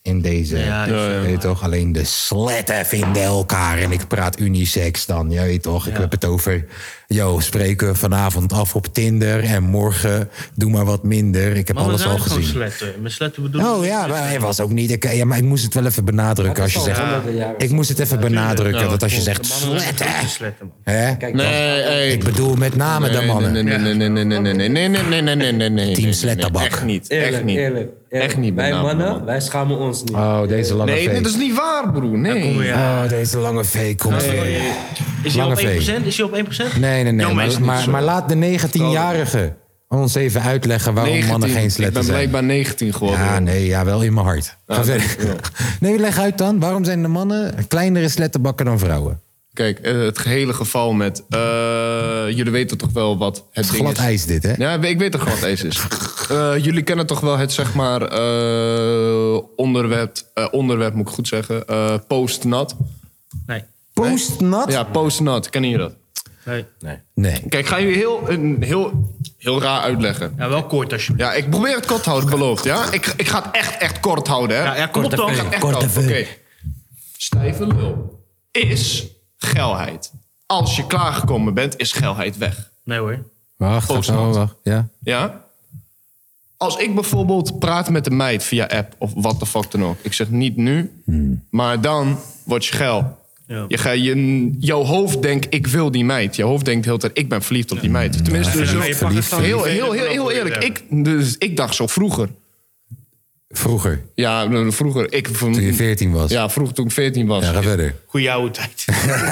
in deze. Ja, je ja, ja. weet toch? Alleen de sletten vinden elkaar. En ik praat unisex dan. Je weet toch? Ik Ja. heb het over... Yo, spreken we vanavond af op Tinder. En morgen doe maar wat minder. Ik heb Mannen alles zijn al ook gewoon gezien. sletten. Met sletten bedoel ik... Oh ja, maar hij was ook niet... Ik, ja, maar ik moest het wel even benadrukken als je zegt... Ik moest het even benadrukken dat als je zegt sletten... sletten, man. Hè? Kijk, Nee, hey. Ik bedoel met name de mannen. Nee, nee, nee, nee, nee, nee, nee, nee, nee, nee, nee, nee, nee, nee. Team nee, Sletterbak. Echt niet, Eerlijk, echt niet. eerlijk, eerlijk. Echt niet met Wij name de mannen, mannen. wij schamen ons niet. Oh, deze lange Nee, fake. dat is niet waar, broer. Nee. Kom weer. Oh, deze lange fake komt weer. Is hij Lange op één procent? V. Is hij op één procent? Nee, nee, nee. Jongen, is Maar, niet maar, zo. maar laat de negentienjarige ons even uitleggen waarom mannen geen Ik sletten ben zijn. blijkbaar negentien geworden. Ja, nee, ja, wel in mijn hart. Ga verder. Nee, leg uit dan. Waarom zijn de mannen kleinere slettenbakken dan vrouwen? Kijk, eh, het gehele geval met... eh, jullie weten toch wel wat het Het is ding glad is? ijs dit, hè? Ja, ik weet toch glad ijs is. Eh, jullie kennen toch wel het, zeg maar, eh, onderwerp... eh, onderwerp, moet ik goed zeggen. eh post-nat. Nee. Post-nat? Ja, post-nat. Kennen jullie dat? Nee. Nee. Kijk, ik ga jullie heel, een, heel, heel raar uitleggen. Ja, wel kort alsjeblieft. Ja, ik probeer het kort te houden, beloofd, ja? Ik, ik ga het echt, echt kort houden, hè? Ja, ja, kom op dan. Ik ga het echt Korte houden, oké. vee. Stijve lul is geilheid. Als je klaargekomen bent, is geilheid weg. Nee hoor. Wacht, Post-nat. wacht, wacht. Ja? Ja? Als ik bijvoorbeeld praat met een meid via app of wat de fuck dan ook. Ik zeg niet nu, maar dan word je geil. Ja. Je, ga, je, jouw hoofd denkt, ik wil die meid. Jouw hoofd denkt de hele tijd, ik ben verliefd op die meid. Tenminste, Ja, zo, maar je pakt het dan heel, niet heel, verder heel, heel dan eerlijk. dat Ik, dus, ik dacht zo vroeger. Vroeger, Ja, vroeger. Ik, toen je veertien was. Ja, vroeger toen ik veertien was. Ja, ga verder. Goeie oude tijd.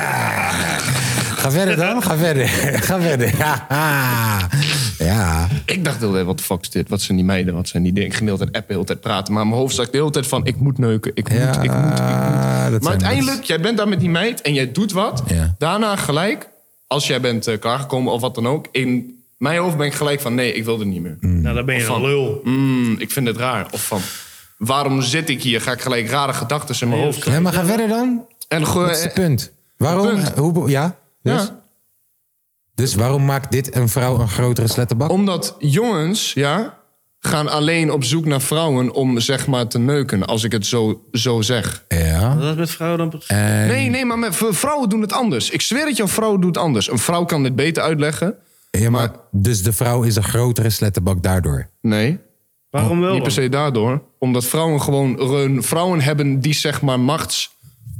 Ga verder dan, ga verder. Ga verder. Ja. Ja. Ik dacht de hele tijd, wat de fuck is dit? Wat zijn die meiden? Wat zijn die dingen? Ik ging de hele tijd appen, de hele tijd praten. Maar mijn hoofd zat de hele tijd van, ik moet neuken. Ik moet, Ja, ik moet, ik moet. dat Maar zijn uiteindelijk, jij bent daar met die meid en jij doet wat. Ja. Daarna gelijk, als jij bent eh, klaargekomen of wat dan ook. In mijn hoofd ben ik gelijk van, nee, ik wil er niet meer. Nou, dan ben je Of van, een lul. mm, ik vind het raar. Of van, waarom zit ik hier? Ga ik gelijk rare gedachten in mijn hoofd Ja, krijgen. maar ga verder dan. En gewoon, Wat is het punt? Waarom? punt. Hoe, ja? Dus? ja. Dus waarom maakt dit een vrouw een grotere slettenbak? Omdat jongens, ja, gaan alleen op zoek naar vrouwen om zeg maar te neuken. Als ik het zo, zo zeg. Ja. Wat is met vrouwen dan? En Nee, nee, maar met, vrouwen doen het anders. Ik zweer het je, een vrouw doet het anders. Een vrouw kan dit beter uitleggen. Ja, maar dus de vrouw is een grotere slettenbak daardoor. Nee, Waarom wel? niet per se daardoor. Omdat vrouwen gewoon... hun- Vrouwen hebben die zeg maar machts,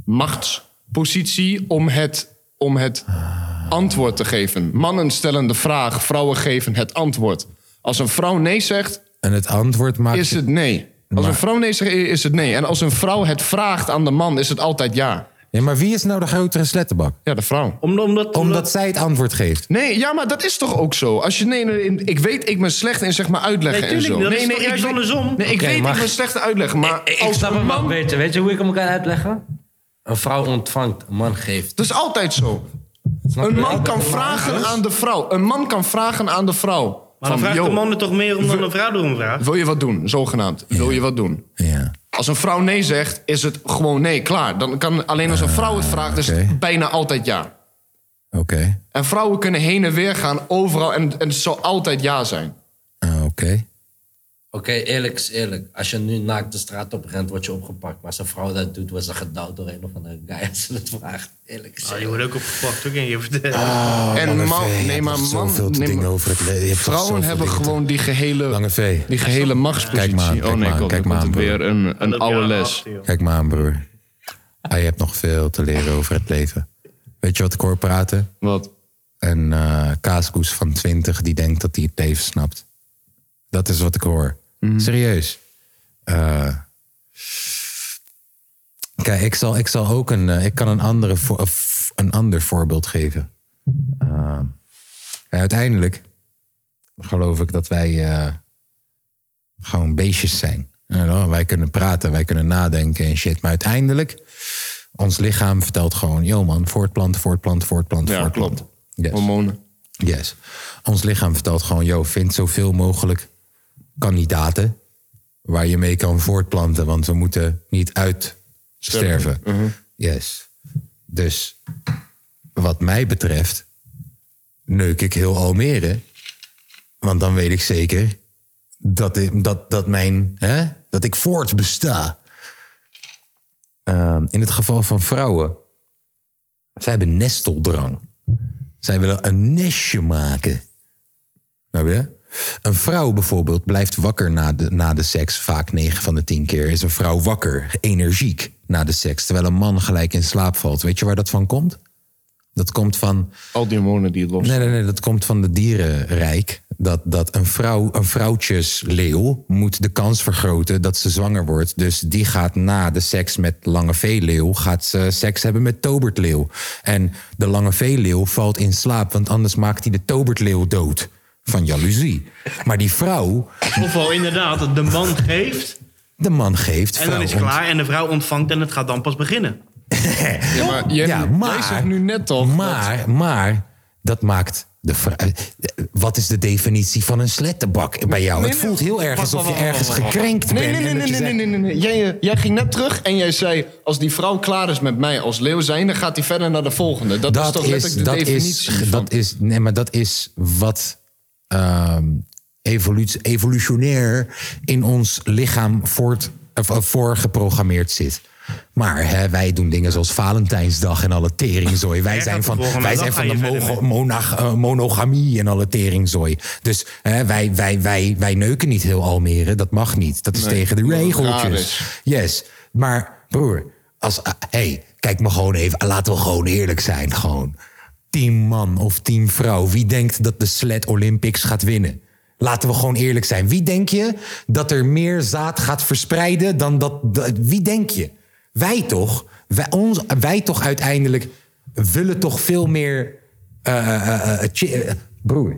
machtspositie om het, om het antwoord te geven. Mannen stellen de vraag, vrouwen geven het antwoord. Als een vrouw nee zegt, En het antwoord maakt... is het nee. Als Maar- een vrouw nee zegt, is het nee. En als een vrouw het vraagt aan de man, is het altijd ja. Ja, maar wie is nou de grotere slettenbak? Ja, de vrouw. Omdat, omdat, Omdat zij het antwoord geeft. Nee, ja, maar dat is toch ook zo? Als je, nee, nee, ik weet, ik ben slecht in zeg maar uitleggen Nee, en tuurlijk, zo. dat nee, is nee, toch ik juist weet- andersom? Nee, ik Oké, weet, maar- ik ben slecht in uitleggen, maar Ik, ik als snap een het wel man... beter. Weet je hoe ik hem kan uitleggen? Een vrouw ontvangt, een man geeft. Dat is altijd zo. Snap Een je? man kan Dat- vragen aan de vrouw. Een man kan vragen aan de vrouw. Maar dan Van, vraagt yo, de man er toch meer om dan een vrouw erom vraagt? wil je wat doen? Zogenaamd. Wil je wat doen? Ja. Als een vrouw nee zegt, is het gewoon nee, klaar. Dan kan alleen als een vrouw het vraagt, is oké. het bijna altijd ja. Oké. En vrouwen kunnen heen en weer gaan overal en, en het zal altijd ja zijn. Ah, Oké. Oké, eerlijk is eerlijk. Als je nu naakt de straat op rent, word je opgepakt. Maar als een vrouw dat doet, wordt ze gedouwd door een of andere guy als ze het vraagt. Eerlijk is Ah, je eerlijk. wordt ook opgepakt, ook in je vertellen. en Lange man, V, je nee, hebt maar nog man, zoveel te nee, dingen maar over het leven. Je hebt nog vrouwen zoveel hebben dingen te- gewoon die gehele, Lange V. die gehele machtspositie. Kijk maar aan, kijk oh nee, maar aan, god, kijk dan maar komt aan, het weer een, Dan een loop je oude aan de les. achter, joh. Kijk maar aan, broer. Ah, je hebt nog veel te leren over het leven. Weet je wat ik hoor praten? Wat? Een eh kaaskoes van twintig die denkt dat hij het leven snapt. Dat is wat ik hoor. Serieus. Eh, kijk, ik zal, ik zal ook een... eh, ik kan een, andere vo- eh, f- een ander voorbeeld geven. Eh, kijk, uiteindelijk geloof ik dat wij eh, gewoon beestjes zijn. You know, wij kunnen praten, wij kunnen nadenken en shit. Maar uiteindelijk, ons lichaam vertelt gewoon... yo man, voortplanten, voortplanten, voortplanten, Ja, voortplanten. klopt. Yes. Hormonen. Yes. Ons lichaam vertelt gewoon, yo, vind zoveel mogelijk kandidaten waar je mee kan voortplanten, want we moeten niet uitsterven. Yes. Dus wat mij betreft neuk ik heel Almere, want dan weet ik zeker dat ik, dat, dat mijn, hè, dat ik voortbesta. uh, in het geval van vrouwen... zij hebben nesteldrang. Zij willen een nestje maken. Snap je? Een vrouw bijvoorbeeld blijft wakker na de, na de seks. Vaak negen van de tien keer is een vrouw wakker, energiek na de seks. Terwijl een man gelijk in slaap valt. Weet je waar dat van komt? Dat komt van... Al die hormonen die het los. Nee, nee, nee, dat komt van de dierenrijk. Dat, dat een, vrouw, een vrouwtjesleeuw moet de kans vergroten dat ze zwanger wordt. Dus die gaat na de seks met lange veeleeuw... gaat ze seks hebben met tobertleeuw. En de lange veeleeuw valt in slaap... want anders maakt hij de tobertleeuw dood. Van jaloezie. Maar die vrouw... Ofwel inderdaad, de man geeft... De man geeft... En dan is het klaar en de vrouw ontvangt en het gaat dan pas beginnen. Ja, maar jij, Ja, maar- jij zegt nu net toch... Maar, dat- maar, dat maakt... De vrouw, wat is de definitie van een slettenbak bij jou? Nee, Het nee, voelt heel erg wacht, alsof je wacht, ergens wacht, wacht. gekrenkt Nee, bent. nee, en nee, dat nee, je nee, zegt- nee, nee, nee. Jij, eh, jij ging net terug en jij zei... als die vrouw klaar is met mij als leeuw zijn... dan gaat hij verder naar de volgende. Dat, is Dat toch is, letterlijk de dat definitie is, van... dat is, nee, maar dat is wat ehm, evolu- evolutionair in ons lichaam voort, of, of voorgeprogrammeerd zit. Maar hè, wij doen dingen zoals Valentijnsdag en alle teringzooi. Wij Jij zijn gaat van, de volgende wij dag zijn van ga de je verder mogo- mee. monag- eh, monogamie en alle teringzooi. Dus hè, wij, wij, wij, wij neuken niet heel Almere. Dat mag niet. Dat is Nee, tegen de omdat het raar regeltjes. is. Yes. Maar broer, als, uh, hey, kijk me gewoon even. Laten we gewoon eerlijk zijn. Gewoon. Team man of team vrouw. Wie denkt dat de Sled Olympics gaat winnen? Laten we gewoon eerlijk zijn. Wie denk je dat er meer zaad gaat verspreiden dan dat... dat- wie denk je? Wij toch? Wij, ons, wij toch uiteindelijk willen toch veel meer... eh, eh, eh, chi- eh, broer,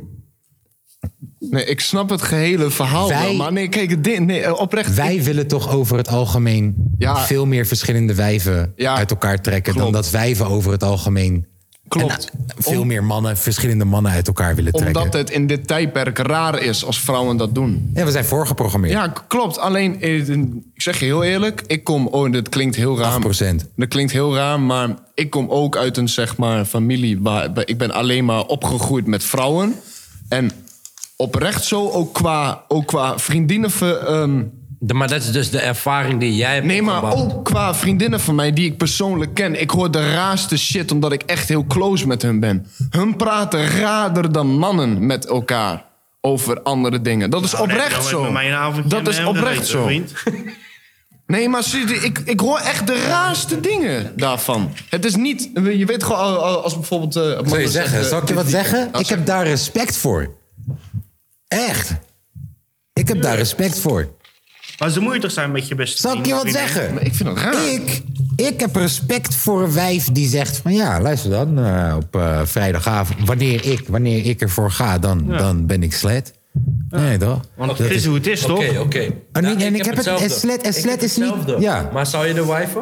Nee, ik snap het gehele verhaal Wij- wel. Maar nee, kijk, het ding- nee, oprecht... wij willen toch over het algemeen... Ja. veel meer verschillende wijven Ja, uit elkaar trekken... dan klopt. dat wijven over het algemeen... Klopt. en, eh, veel Om- meer mannen, verschillende mannen uit elkaar willen trekken. Omdat het in dit tijdperk raar is als vrouwen dat doen. Ja, we zijn voorgeprogrammeerd. Ja, k- klopt. Alleen, eh, ik zeg je heel eerlijk... ik kom... Oh, dit klinkt heel raar. acht procent. Dat klinkt heel raar, maar ik kom ook uit een zeg maar, familie... waar ik ben alleen maar opgegroeid met vrouwen. En oprecht zo, ook qua, ook qua vriendinnen... ver- ehm, De- maar dat is dus de ervaring die jij hebt Nee, maar opgebouwd. ook qua vriendinnen van mij die ik persoonlijk ken. Ik hoor de raarste shit omdat ik echt heel close met hun ben. Hun praten raarder dan mannen met elkaar over andere dingen. Dat is Nou, nee, oprecht dan zo. met mij een avondje Dat met is hem oprecht gereden, zo. vriend. Nee, maar zie, ik, ik hoor echt de raarste dingen daarvan. Het is niet... Je weet gewoon als bijvoorbeeld... Uh, Zal je zeggen? Zal ik je wat zeggen? Als Ik heb daar respect voor. Echt. Ik heb daar respect voor. Maar ze moet je toch zijn met je beste Zal ik je vriend, wat vriendin? zeggen? Maar ik vind het raar. Ik, ik heb respect voor een wijf die zegt van ja, luister dan eh, op eh, vrijdagavond. Wanneer ik, wanneer ik ervoor ga, dan, dan ben ik slet. Nee toch? Want Dat het is hoe het is, toch? Oké, oké. en Ja, ik heb het- hetzelfde. het slet- het Ik slet heb is niet- hetzelfde. ja. Maar zou je de wijven?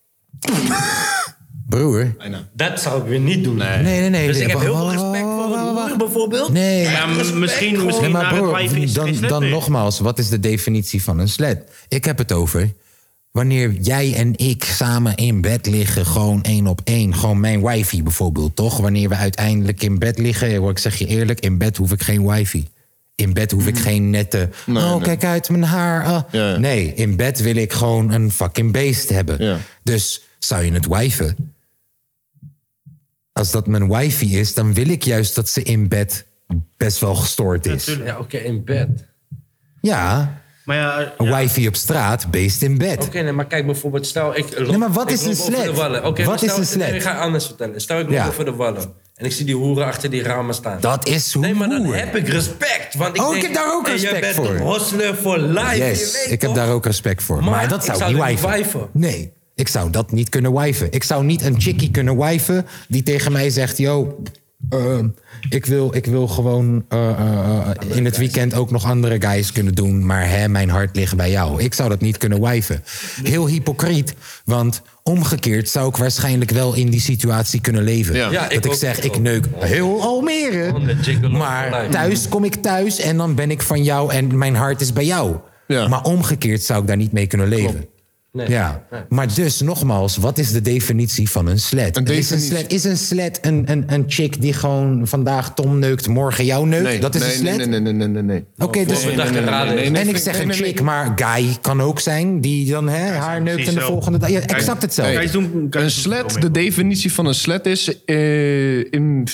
Broer. Dat zou ik weer niet doen. Nee, nee, nee. Dus ik heb heel veel Wacht, respect voor wacht, een wacht. moeder bijvoorbeeld. Nee. Ja, m- misschien, Nee, misschien maar naar het broer, wijf is dan, geen slet dan meer. nogmaals, wat is de definitie van een slet? Ik heb het over wanneer jij en ik samen in bed liggen, gewoon één op één. Gewoon mijn wifi bijvoorbeeld, toch? Wanneer we uiteindelijk in bed liggen, ik zeg je eerlijk, in bed hoef ik geen wifi. In bed hoef ik geen nette... Nee, oh, nee. kijk uit mijn haar. ah. Ja, ja. Nee, in bed wil ik gewoon een fucking beest hebben. Ja. Dus zou je het wifen? Als dat mijn wifi is, dan wil ik juist dat ze in bed best wel gestoord is. Natuurlijk. Ja, oké, in bed. Ja, Maar ja, een ja, wifi op straat, beest in bed. Oké, nee, maar kijk bijvoorbeeld, stel ik loop, Nee, maar wat ik is een loop over slet? de wallen. Oké, Wat maar stel, is een slet? nee, ik ga anders vertellen. Stel ik loop Ja. over de wallen en ik zie die hoeren achter die ramen staan. Dat is hoe. Nee, maar dan heb ik respect. Want ik Oh, ik denk, heb daar ook en respect jij bent voor. een hostler voor life. je Yes, weet ik heb toch? daar ook respect voor. Maar, Maar dat ik zou zou ik er niet niet wifen. wifen. Nee, ik zou dat niet kunnen wifen. Ik zou niet een chickie kunnen wifen die tegen mij zegt... Yo, eh, ik, wil, ik wil gewoon eh, eh, in het weekend ook nog andere guys kunnen doen... maar hè, mijn hart ligt bij jou. Ik zou dat niet kunnen wifen. Heel hypocriet, want omgekeerd zou ik waarschijnlijk wel in die situatie kunnen leven. Ja. Ja, dat ik ik, ook. zeg, ik neuk heel Almere, Honderd gigolo maar gelijk. thuis kom ik thuis en dan ben ik van jou en mijn hart is bij jou. Ja. Maar omgekeerd zou ik daar niet mee kunnen leven. Nee. Ja, maar dus nogmaals, wat is de definitie van een slet? Een Is een definitie. slet, is een, slet een, een, een chick die gewoon vandaag Tom neukt, morgen jou neukt? Nee, dat is nee, een slet? nee, nee, nee, nee, nee, nee. Oké, dus... nee, nee, nee, nee, nee, en ik nee, zeg nee, een nee, chick, nee. maar guy kan ook zijn die dan hè, haar neukt en de precies zo. volgende dag. Ja, exact hetzelfde. Kan je doen- kan je Een doen- slet, de definitie van een slet is... eh, in,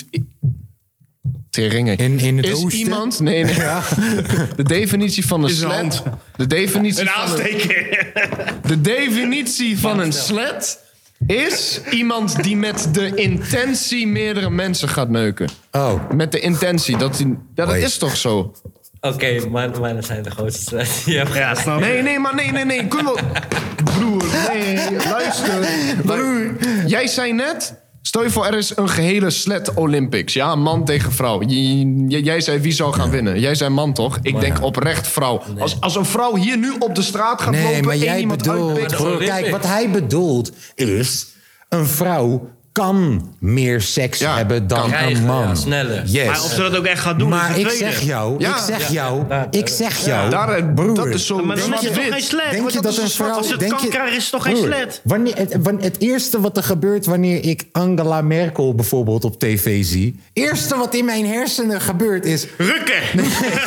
Teringen. In- in het is oosten? iemand... Nee, nee. De definitie van een Is een slet... hand. De definitie Een van een, aansteken. de definitie van een slet is iemand die met de intentie meerdere mensen gaat neuken. Oh, Met de intentie. Dat, die, ja, dat Oei. is toch zo? Oké, maar mannen zijn de grootste slecht. Ja, Ja, snap je? Nee, nee, maar nee, nee, nee. Kom wel. Broer, nee, luister. Broer, jij zei net... Stel je voor, er is een gehele sled Olympics. Ja, man tegen vrouw. J- j- jij zei wie zou gaan winnen. Jij zei man, toch? Ik denk oprecht vrouw. Als, als een vrouw hier nu op de straat gaat nee, lopen... maar en jij iemand bedoelt... uitpikt... Broer, Olympics. kijk, wat hij bedoelt is... Een vrouw kan meer seks Ja, hebben dan kan. een Krijgen, man. ja, sneller. Yes. Maar of ze dat ook echt gaat doen, Maar is de ik tweede. zeg jou, Ja. ik zeg jou, Ja. ik zeg jou, Daar, eh, broer. dat is zo Maar dan is het toch zwart-wit. geen slet? Denk Want je dat is een toch zwart? vrouw... Als ze het denk kan je- krijgen, is het toch geen Broer, slet? Wanneer, het, wanneer, het eerste wat er gebeurt wanneer ik Angela Merkel bijvoorbeeld op tv zie... eerste wat in mijn hersenen gebeurt is... Rukken! Nee,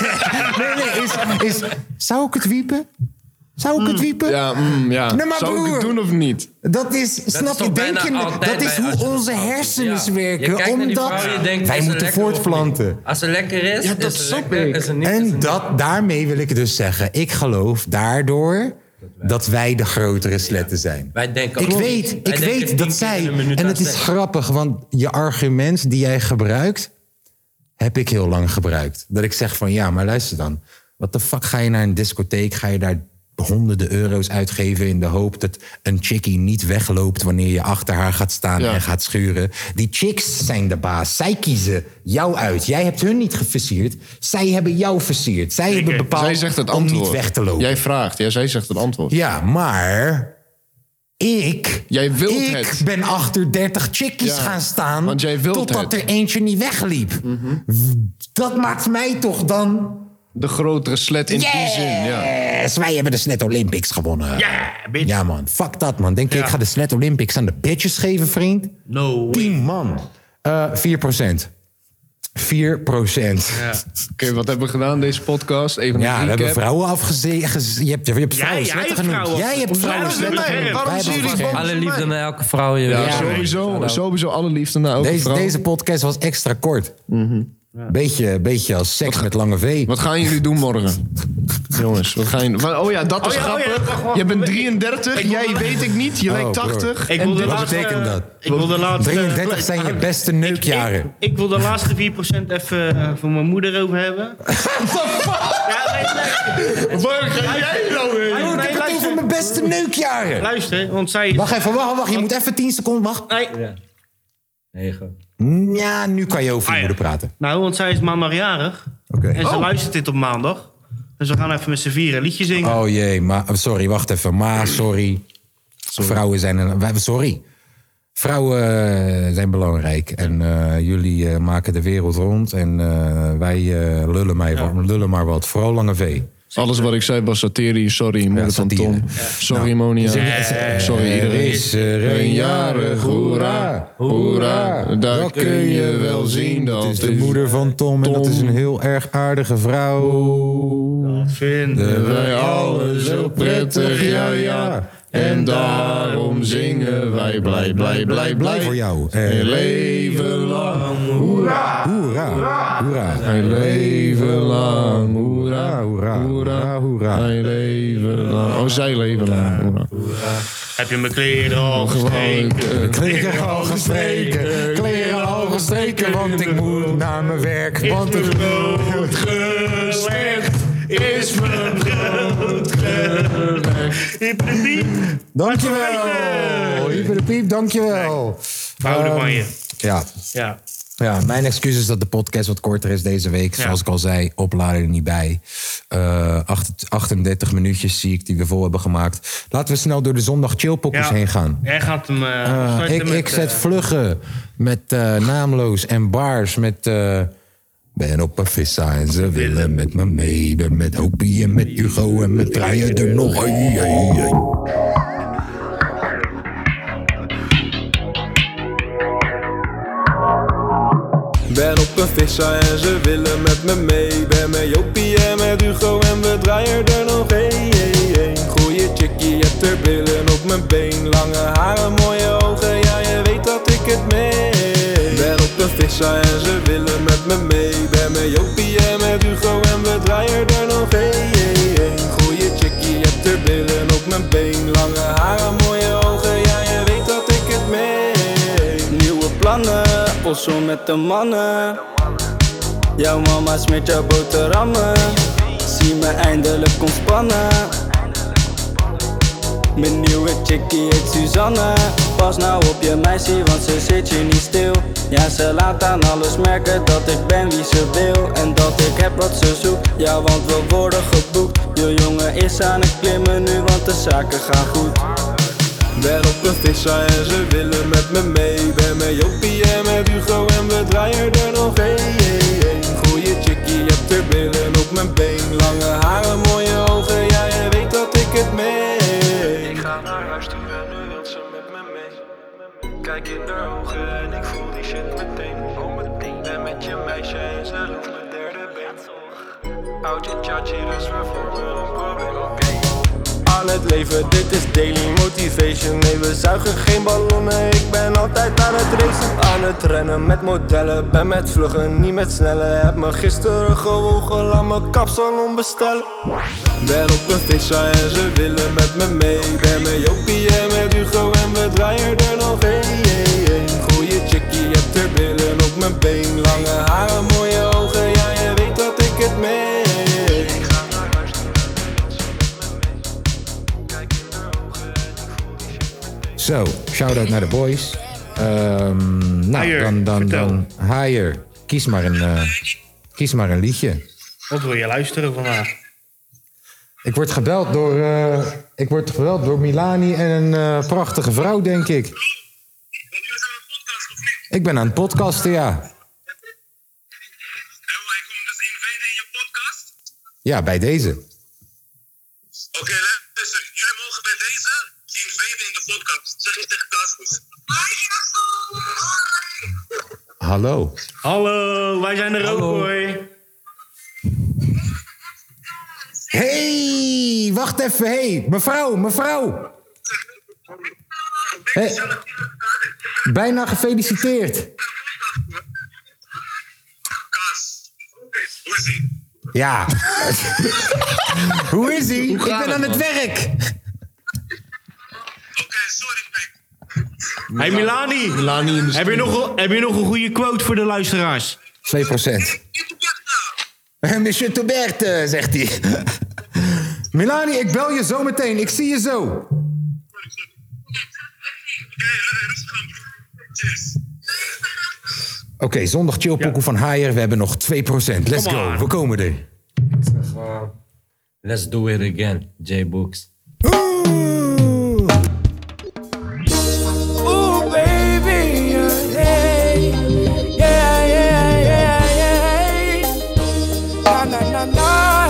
nee, is, is... Zou ik het wiepen? Zou ik het wiepen? Ja, mm, ja. Nee, maar Zou ik broer. het doen of niet? Dat is, snap is je, toch denk bijna je, altijd dat is bij- als hoe je onze een vrouw hersens ziet. Ja. Je werken. kijkt naar die Omdat vrouw, je denkt, wij is ze moeten lekker of voortplanten. niet? Als ze lekker is, Ja, dat is ze snap lekker. ik. Is ze niet, is ze En niet. dat, daarmee wil ik dus zeggen, ik geloof daardoor dat wij de grotere sletten zijn. Wij denken Ik ook weet, niet. Wij ik denken weet tien dat keer zij, in een minuut en aan het is seks. grappig, want je argument die jij gebruikt, heb ik heel lang gebruikt. Dat ik zeg van, ja, maar luister dan. Wat de fuck ga je naar een discotheek, ga je daar honderden euro's uitgeven in de hoop dat een chickie niet wegloopt wanneer je achter haar gaat staan Ja. en gaat schuren. Die chicks zijn de baas. Zij kiezen jou uit. Jij hebt hun niet geversierd. Zij hebben jou versierd. Zij hebben bepaald Zij zegt het om antwoord. niet weg te lopen. Jij vraagt, ja, zij zegt het antwoord. Ja, maar ik, Jij wilt ik het. ben achter dertig chickies Ja, gaan staan want jij wilt totdat het. Mhm. er eentje niet wegliep. Dat maakt mij toch dan... De grotere slet in die zin, ja. Yes, wij hebben de Slet Olympics gewonnen. Ja, bitch. Ja, man. Fuck dat, man. Denk je, Ja. ik ga de Slet Olympics aan de bitches geven, vriend? No. tien man. Eh vier procent. vier procent. Ja. Oké, wat hebben we gedaan deze podcast? Even Ja, een we hebben recap. vrouwen afgezien. Je hebt, je hebt vrouwen jij slechter hebt genoemd. vrouwen Jij hebt Hoezo vrouwen hebben slechter wij? genoemd. Waarom Wij zien hebben jullie verschil. Alle liefde naar elke vrouw. Je Ja, weet. sowieso, sowieso alle liefde naar elke Deze, vrouw. deze podcast was extra kort. Beetje, beetje als seks met lange V. Wat gaan jullie doen morgen? Jongens, wat gaan jullie... wa- Oh ja, dat is Oh ja, oh ja, grappig. wacht, wacht. Je bent drieëntertig, Ik wil- jij weet ik niet, je Oh, lijkt broer. tachtig. Ik En wil de dit- Wat laatste, betekent dat? Ik wil de laatste... drieëndertig zijn je beste neukjaren. Ik, ik, ik wil de laatste vier procent even eh, voor mijn moeder over hebben. Ja, nee, nee. Waar ga jij nou heen? Oh, ik Nee, heb het luister. over mijn beste neukjaren. Luister, want zij is... Wacht even, wacht, wacht. Je moet even tien seconden wachten. Nee. Ja. Nee, gewoon. Ja, nu kan je over je Ah, ja. moeder praten. Nou, want zij is maandagjarig. Oké. En ze Oh. luistert dit op maandag. Dus we gaan even met z'n vieren een liedje zingen. Oh jee, maar sorry, wacht even. Ma, sorry. Vrouwen zijn een. wij- Sorry. Vrouwen eh, zijn belangrijk. En eh, jullie eh, maken de wereld rond. En eh, wij eh, lullen, mij, lullen maar wat. Vooral lange V. Alles wat ik zei was satire, sorry moeder van satire. Tom. Sorry Monia. Sorry Er iedereen. is er een jarig, hoera, hoera. Daar kun je wel zien dat Het is de is- moeder van Tom en dat is een heel erg aardige vrouw. Dat vinden Wij allen zo prettig, ja ja. En daarom zingen wij blij, blij, blij, blij. Voor jou. En Eh, leven lang, hoera. Hoera, hoera. En leven lang, Hoera, hoera. hoera, hoera, hoera. Mijn leven lang. Oh, zij leven lang, hoera. Heb je mijn kleren al gestreken? Kleren al gestreken, kleren al gestreken, want ik moet naar mijn werk. Want ik Groot gelegd is mijn groot gelegd. Hippie. Dankjewel. Hyper de piep, dankjewel. Houden van je. Ja. Ja. Ja, mijn excuses dat de podcast wat korter is deze week. Ja. Zoals ik al zei, opladen er niet bij. Eh, acht- achtendertig minuutjes zie ik die we vol hebben gemaakt. Laten we snel door de zondag chillpokkers Ja. heen gaan. Jij gaat hem... eh, Uh, starten ik, met, ik zet eh, vluggen met uh, Naamloos en Baars met... Uh, ben op een vissa en ze willen met me mee. Ben met Hopie en met Hugo en met draaien er nog. Hey, hey, hey. vissa en ze willen met me mee. Ben met Jopie en met Hugo en we draaien er nog één. Goeie chickie, hebt er billen op mijn been. Lange haren, mooie ogen, ja je weet dat ik het meen. Ben op een vissa en ze willen met me mee. Ben met Jopie en met Hugo en we draaien er nog één. Goeie chickie, hebt er billen op mijn been. Lange haren, mooie ogen, ja je weet dat ik het meen. Nieuwe plannen, osso met de mannen. Jouw mama smeert jouw boterhammen. Zie me eindelijk ontspannen. Mijn nieuwe chickie heet Suzanne. Pas nou op je meisje, want ze zit hier niet stil. Ja, ze laat aan alles merken dat ik ben wie ze wil. En dat ik heb wat ze zoekt, ja want we worden geboekt. Je jongen is aan het klimmen nu, want de zaken gaan goed. Ben op een vissa en ze willen met me mee. Ben met Jopie en met Hugo en we draaien er nog één. Goeie chickie, hebt er billen op mijn been. Lange haren, mooie ogen, ja je weet dat ik het meen. Ik ga naar huis toe en nu wilt ze met me mee. Kijk in haar ogen en ik voel die shit meteen. Oh meteen. Ben met je meisje en ze loeft mijn derde been. Oudje tjatje, dus we vormen een probleem. Oké. Aan het leven, dit is daily motivation. Nee, we zuigen geen ballonnen, ik ben altijd aan het racen. Aan het rennen met modellen, ben met vluggen, niet met snellen. Heb me gisteren gewogen, laat me kapsalon bestellen. Ben op een vissa en ze willen met me mee. Ben met Jopie en met Hugo en we draaien er nog één. Goeie chickie, hebt er billen op mijn been. Lange haren, mooie ogen, ja je weet dat ik het meen. Zo, shout-out naar de boys. Um, nou, Haier, dan, dan, vertel. dan, Haier, kies maar een, uh, kies maar een liedje. Wat wil je luisteren vandaag? Ik word gebeld door, uh, ik word gebeld door Milani en een uh, prachtige vrouw, denk ik. Ik ben aan het podcasten, ja. Ja, bij deze. Oké, okay, luister. Jullie mogen bij deze inveden in de podcast. Zeg je tegen Kaskus. Hallo. Hallo, wij zijn er ook hoor. Hey, wacht even. Hey, mevrouw, mevrouw. Hey, bijna gefeliciteerd. Kas, hoe is ie? Ja. Hoe is ie? Ik ben aan het werk. Oké, okay, sorry, Pik. Hey Milani, Milani in de heb je, nog, heb je nog een goede quote voor de luisteraars? twee procent. Monsieur Toubert, uh, zegt hij. Milani, ik bel je zo meteen. Ik zie je zo. Oké, rustig aan, bro. Cheers. Oké, okay, zondag chillpokoe van Haier. We hebben nog twee procent. Let's Come go. on. We komen er. Let's do it again, J-Books. Oeh. Ooh, baby, yeah, yeah, yeah, yeah, yeah. Na na na na.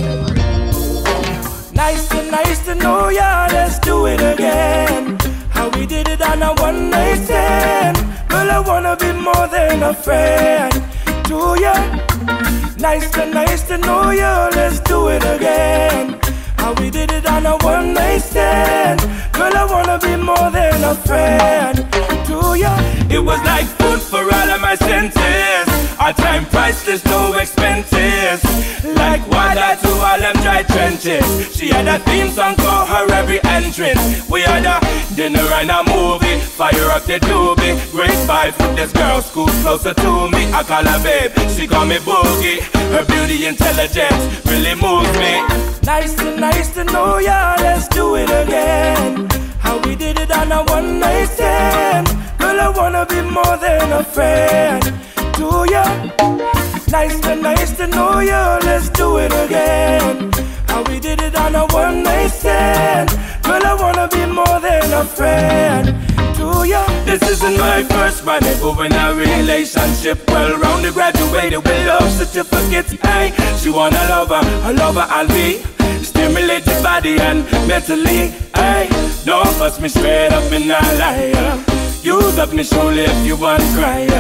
Nice to nice to know ya. Let's do it again. How we did it on a one night stand. Girl, I wanna be more than a friend to ya. Nice to nice to know ya. Let's do it again. How we did it on a one night stand. Girl, I wanna be more than a friend to ya. It was like food for all of my senses. Our time priceless, no expenses. Like water to all them dry trenches. She had a theme song for her every entrance. We had a dinner and a movie. Fire up the doobie. Great vibes with this girl, school closer to me. I call her babe, she call me Boogie. Her beauty intelligence really moves me. Nice to nice to know ya, let's do it again. How we did it on a one night stand. Girl, I wanna be more than a friend to ya. Nice to nice to know ya, let's do it again. How we did it on a one night stand. Girl, I wanna be more than a friend to ya. This isn't my first rendezvous in a relationship. Well rounded, graduated with love certificates. Hey, she want a lover, a lover I'll be. Stimulated body and mentally. Hey, don't fuss me straight up in a liar. Use up me shoulder if you want cry.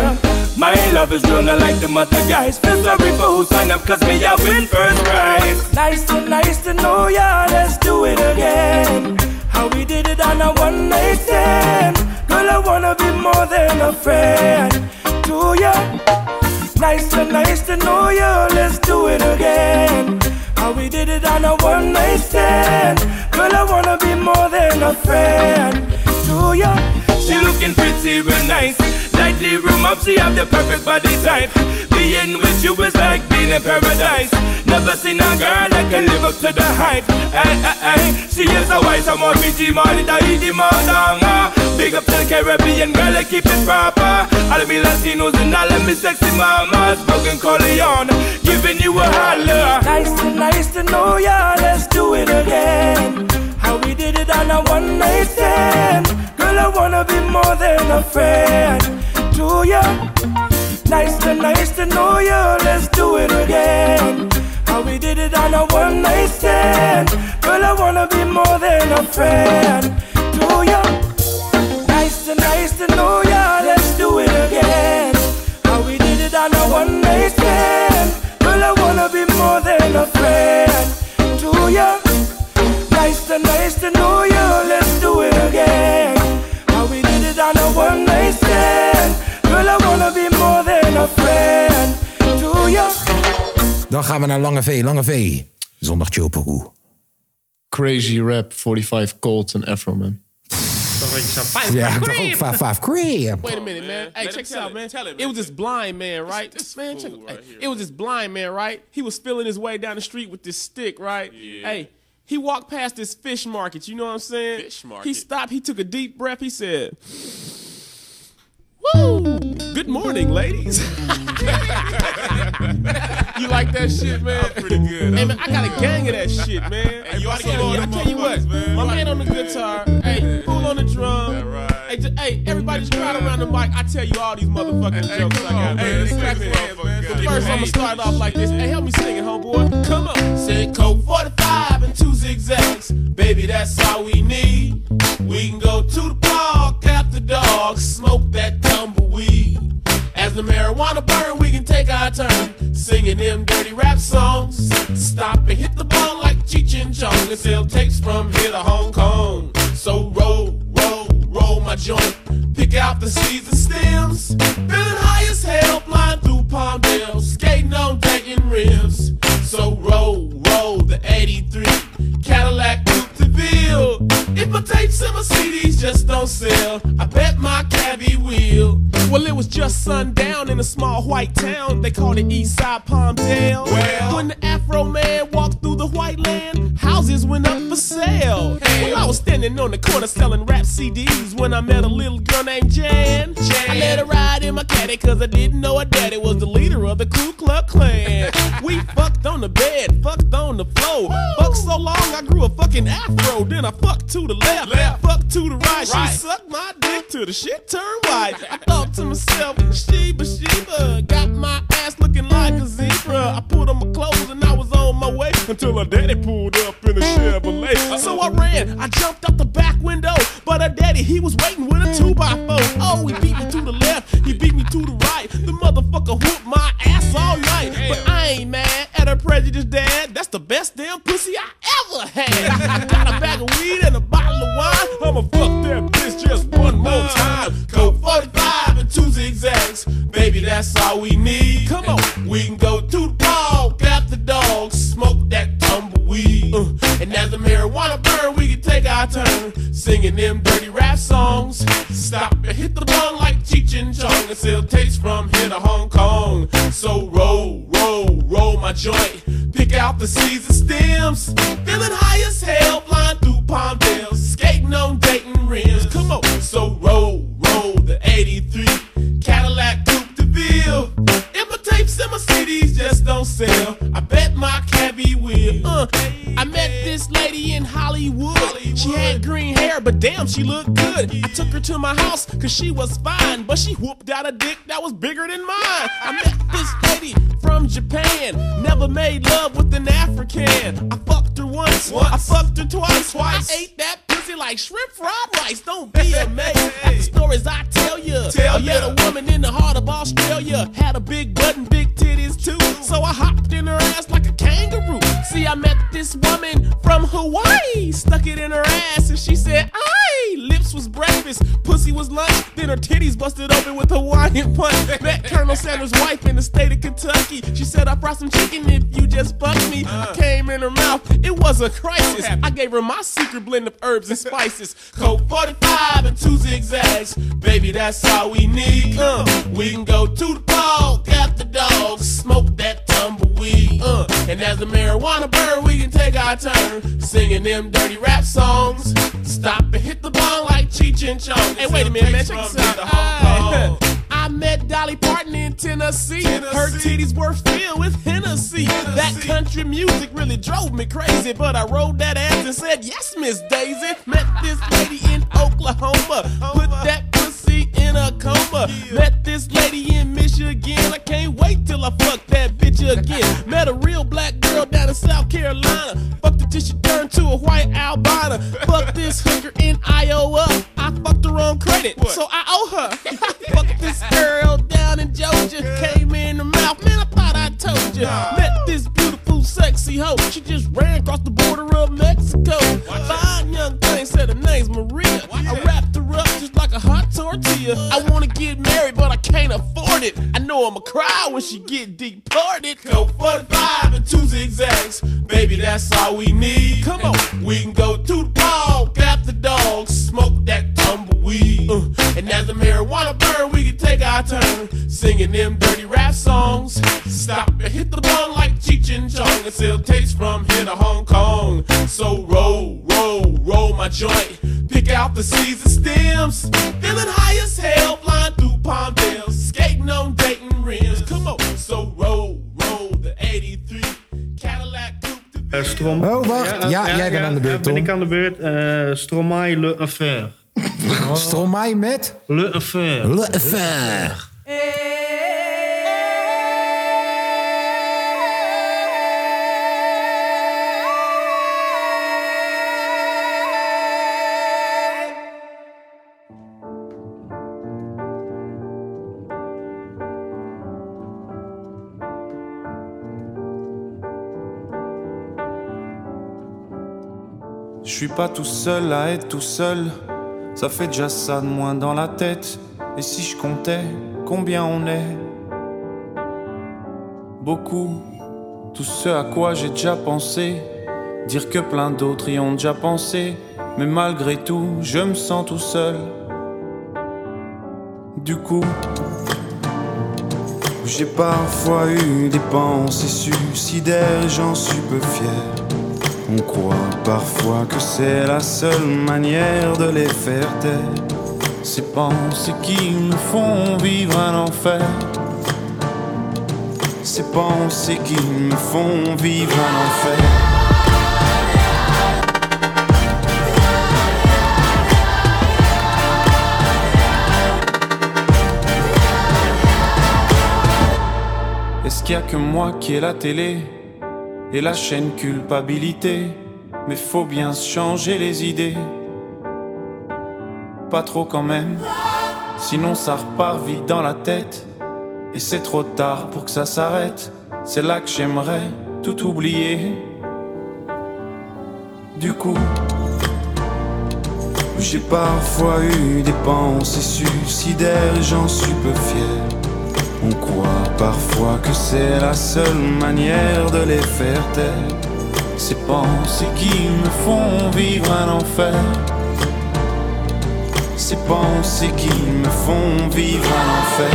My love is real, not like the other guys. Feel sorry for who sign up, cause me I win first prize. Nice to, nice to know ya, let's do it again. How we did it on a one night stand. Girl, I wanna be more than a friend to ya. Nice to, nice to know ya, let's do it again. How we did it on a one night stand. Girl, I wanna be more than a friend to ya. She looking pretty real nice. Like the room up, she have the perfect body type. Being with you is like being in paradise. Never seen a girl that can live up to the hype. Ay, ay, ay. She is a white, some more bitchy money, that eat the mandanga. Big up to the Caribbean girl, they keep it proper. All of me Latinos and all of me sexy mamas. Broken Corleone, giving you a holler. Nice to, nice to know ya, let's do it again. How we did it on a one night stand. Girl, I wanna be more than a friend to ya. Nice to, nice to know ya, let's do it again. How we did it on a one night stand. Girl, I wanna be more than a friend to ya. Nice to, nice to know ya, let's do it again. How we did it on a one night stand. Girl, I wanna be more than a friend to ya. Nice to, nice to know ya, let's do it again. How we did it on a one night stand. Girl, I wanna be more than a friend to ya. Dan gaan we naar Lange V. Lange V. Zondag Chill Pokoe. Crazy rap, forty-five Colt en Afro, man. Toch weet je zo vijf. Ja, toch ook vijf vijf cream. Wait a minute, man. Hey, check this out, man. It was this blind man, right? Man, check it. It was this blind man, right? He was feeling his way down the street with this stick, right? Hey, he walked past this fish market, you know what I'm saying? Fish market. He stopped, he took a deep breath, he said, woo! Good morning, ladies. You like that shit, man? I'm pretty good. Hey, man, I got a gang of that shit, man. Hey, you I oughta tell get you, I on tell you what, man. my man on the guitar, hey, fool on the drum. That right. Hey, just, hey, everybody just crowd around the mic. I tell you all these motherfucking Hey, jokes come I got, on, man. man. Hey, clap your hands, man. But first, I'm gonna start off like this. Hey, help me sing it, homeboy. Come on. Said Coke forty-five and two zigzags. Baby, that's all we need. We can go to the park, cap the dog, smoke that tumbleweed. As the marijuana burn, we can take our turn singing them dirty rap songs. Stop and hit the ball like Cheech and Chong and sell tapes from here to Hong Kong. So roll, roll, roll my joint. Pick out the seeds and stems. Feeling high as hell, flying through Palmdale, skating on Dayton rims. So roll, roll the eighty-three Cadillac Coupe de Ville. If my tapes and my C Ds just don't sell, I bet my cabbie will. Well, it was just sundown in a small white town. They called it Eastside Palmdale. Well, when the Afro man walked through the white land, houses went up for sale. Well, I was standing on the corner selling rap C Ds when I met a little girl named Jan. Jan. I let her ride in my caddy cause I didn't know her daddy was the leader of the Ku Klux Klan. We fucked on the bed, fucked on the floor. Fucked so long I grew a fucking afro. Then I fucked to the left, left. Fucked to the right. right. She sucked my dick till the shit turned white. I thought to myself, Sheba, Sheba, got my ass looking like a zebra. I put on my clothes and I was on my way until her daddy pulled up in a Chevrolet. So I ran, I jumped out the back window, but her daddy, he was waiting with a two by four. Oh, he beat me to the left, he beat me to the right. The motherfucker whooped my ass all night. But I ain't mad at her prejudiced dad. That's the best damn pussy I ever had. I got a bag of weed and a bottle of wine. I'ma fuck that bitch just one more time. Coke forty-five and two zigzags. Baby, that's all we need. Come on, we can go to the park, grab the dog, smoke that tumbleweed. Uh, and as the marijuana burn, we can take our turn singing them dirty rap songs. Stop and hit the bong like Cheech and Chong and sell tapes from here to Hong Kong. So roll, roll, roll my joint. Pick out the seeds and stems. Feeling high as hell, flying through Palmdale, skating on Dayton rims. Come on, so roll, roll the eighty-three Cadillac Coupe de Ville. If my tapes and my C Ds just don't sell, I bet my cabbie will. Uh, I met this lady in Hollywood. She had green hair, but damn, she looked good. I took her to my house, cause she was fine, but she whooped out a dick that was bigger than mine. I met this lady from Japan, never made love with an African. I fucked her once, once. I fucked her twice. twice. I ate that pussy She like shrimp fried rice, don't be amazed at the stories I tell you. Tell I met a woman in the heart of Australia, had a big butt and big titties too. So I hopped in her ass like a kangaroo. See, I met this woman from Hawaii, stuck it in her ass and she said, aye. Lips was breakfast, pussy was lunch, then her titties busted open with Hawaiian punch. Met Colonel Sanders' wife in the state of Kentucky. She said, I brought some chicken if you just fuck me. I came in her mouth, it was a crisis. I gave her my secret blend of herbs and spices. Coke forty-five and two zigzags. Baby, that's all we need. Uh, we can go to the park, got the dogs, smoke that tumbleweed. Uh, and as the marijuana burn, we can take our turn singing them dirty rap songs. Stop and hit the bong like Cheech and Chong. Hey, wait a minute, man, check this out. I, I met Dolly Parton in Tennessee. Tennessee. Her titties were filled with Hennessy. Tennessee. That country music really drove me crazy, but I rolled that ass and said, yes, Miss Daisy. Met this lady in Oklahoma, put that pussy in a coma. Yeah. Met this lady in Michigan, I can't wait till I fuck that bitch again. Met a real black girl down in South Carolina, fucked her till she turned to a white albino. Fucked this hooker in Iowa, I fucked her on credit, what? So I owe her. Fucked this girl down in Georgia, came in her mouth, man, I thought I told you. Nah. Met this beautiful, sexy hoe, she just ran across the border of Mexico. Fine young thing, said her name's Maria. I wrapped her up just like a hot tortilla. I wanna get married, but I can't afford it. I know I'ma cry when she get deported. Go forty-five and two zigzags, baby, that's all we need. Come on, we can go to the park, got the dogs, smoke that tumbleweed. Uh, and as the marijuana burn, we can take our turn singing them dirty rap songs. Stop and hit the bong like Cheech and Chong and sell tapes from here to Hong Kong. So roll, roll, roll my joint, pick out the seeds and stems, feeling high as hell, flying through Palmdale, skating on Dayton rims. Come on, so roll, roll the eighty-three Cadillac Coupe. Uh, Strom. Oh, wacht. Ja, ja, jij bent aan de beurt, Tom. Ben ik aan de beurt. Uh, Stromae Le Affaire. Oh. Stromae met? Le Affaire. Le Affaire. Je suis pas tout seul à être tout seul, ça fait déjà ça de moins dans la tête. Et si je comptais combien on est? Beaucoup, tout ce à quoi j'ai déjà pensé, dire que plein d'autres y ont déjà pensé. Mais malgré tout, je me sens tout seul. Du coup, j'ai parfois eu des pensées suicidaires et j'en suis peu fier. On croit parfois que c'est la seule manière de les faire taire. Ces pensées qui me font vivre un enfer. Ces pensées qui me font vivre un enfer. Est-ce qu'il y a que moi qui ai la télé et la chaîne culpabilité? Mais faut bien se changer les idées. Pas trop quand même, sinon ça repart vite dans la tête. Et c'est trop tard pour que ça s'arrête. C'est là que j'aimerais tout oublier. Du coup, j'ai parfois eu des pensées suicidaires et j'en suis peu fier. On croit parfois que c'est la seule manière de les faire taire. Ces pensées qui me font vivre un enfer. Ces pensées qui me font vivre un enfer.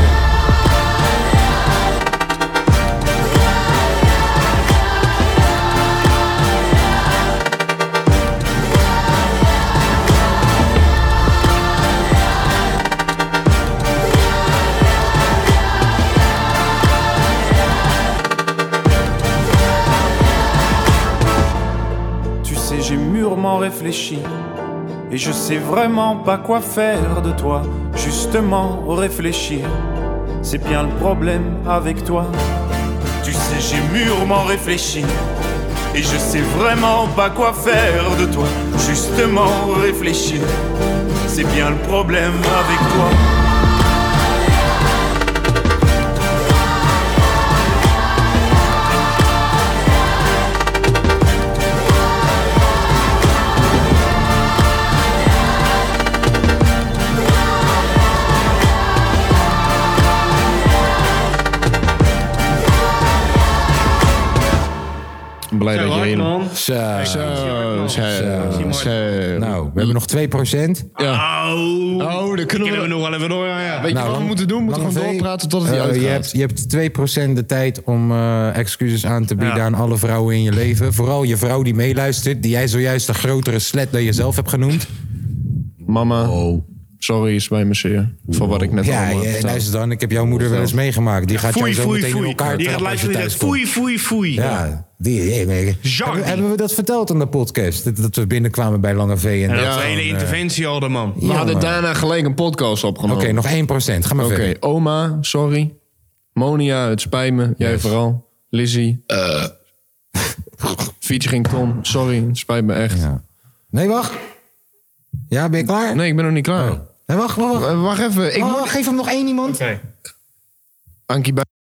J'ai mûrement réfléchi et je sais vraiment pas quoi faire de toi. Justement réfléchir, c'est bien le problème avec toi. Tu sais j'ai mûrement réfléchi Et je sais vraiment pas quoi faire de toi. Justement réfléchir, c'est bien le problème avec toi. Blij dat je heen. Zo. Zo, zo, zo. Nou, we hebben nog twee procent. Ja. Oh, oh dan kunnen we... we nog wel even door. Ja. Weet je Nou, wat we lang- moeten doen? We moeten Lange gewoon V, doorpraten tot het niet eh, uitgaat. je, hebt, je hebt twee procent de tijd om eh, excuses aan te bieden Ja. aan alle vrouwen in je leven. Vooral je vrouw die meeluistert, die jij zojuist een grotere slet dan jezelf hebt genoemd. Mama, sorry, spijt me zeer. Voor wat ik net Ja, allemaal je, vertelde. luister dan, ik heb jouw moeder wel eens meegemaakt. Die gaat Foei, jou zo foei, meteen in foei. elkaar Die gaat trappen als je luisteren en thuis zegt komt. foei, foei, foei. Ja, die, die, die. Jacques. Hebben, hebben we dat verteld aan de podcast? Dat, dat we binnenkwamen bij Lange V. En En dat dat is een gewoon, hele eh, interventie al, de man. We hadden man. daarna gelijk een podcast opgenomen. Oké, nog één procent. Ga maar Oké, verder. oma, sorry. Monia, het spijt me. Jij Yes. vooral. Lizzie. Uh. Featuring Tom, sorry. Het spijt me echt. Ja. Nee, wacht. Ja, ben je klaar? Nee, ik ben nog niet klaar. Oh. Nee, wacht, wacht, wacht. Uh, wacht even. Ik Oh, moet... geef hem nog één iemand. Oké. Ankie bij...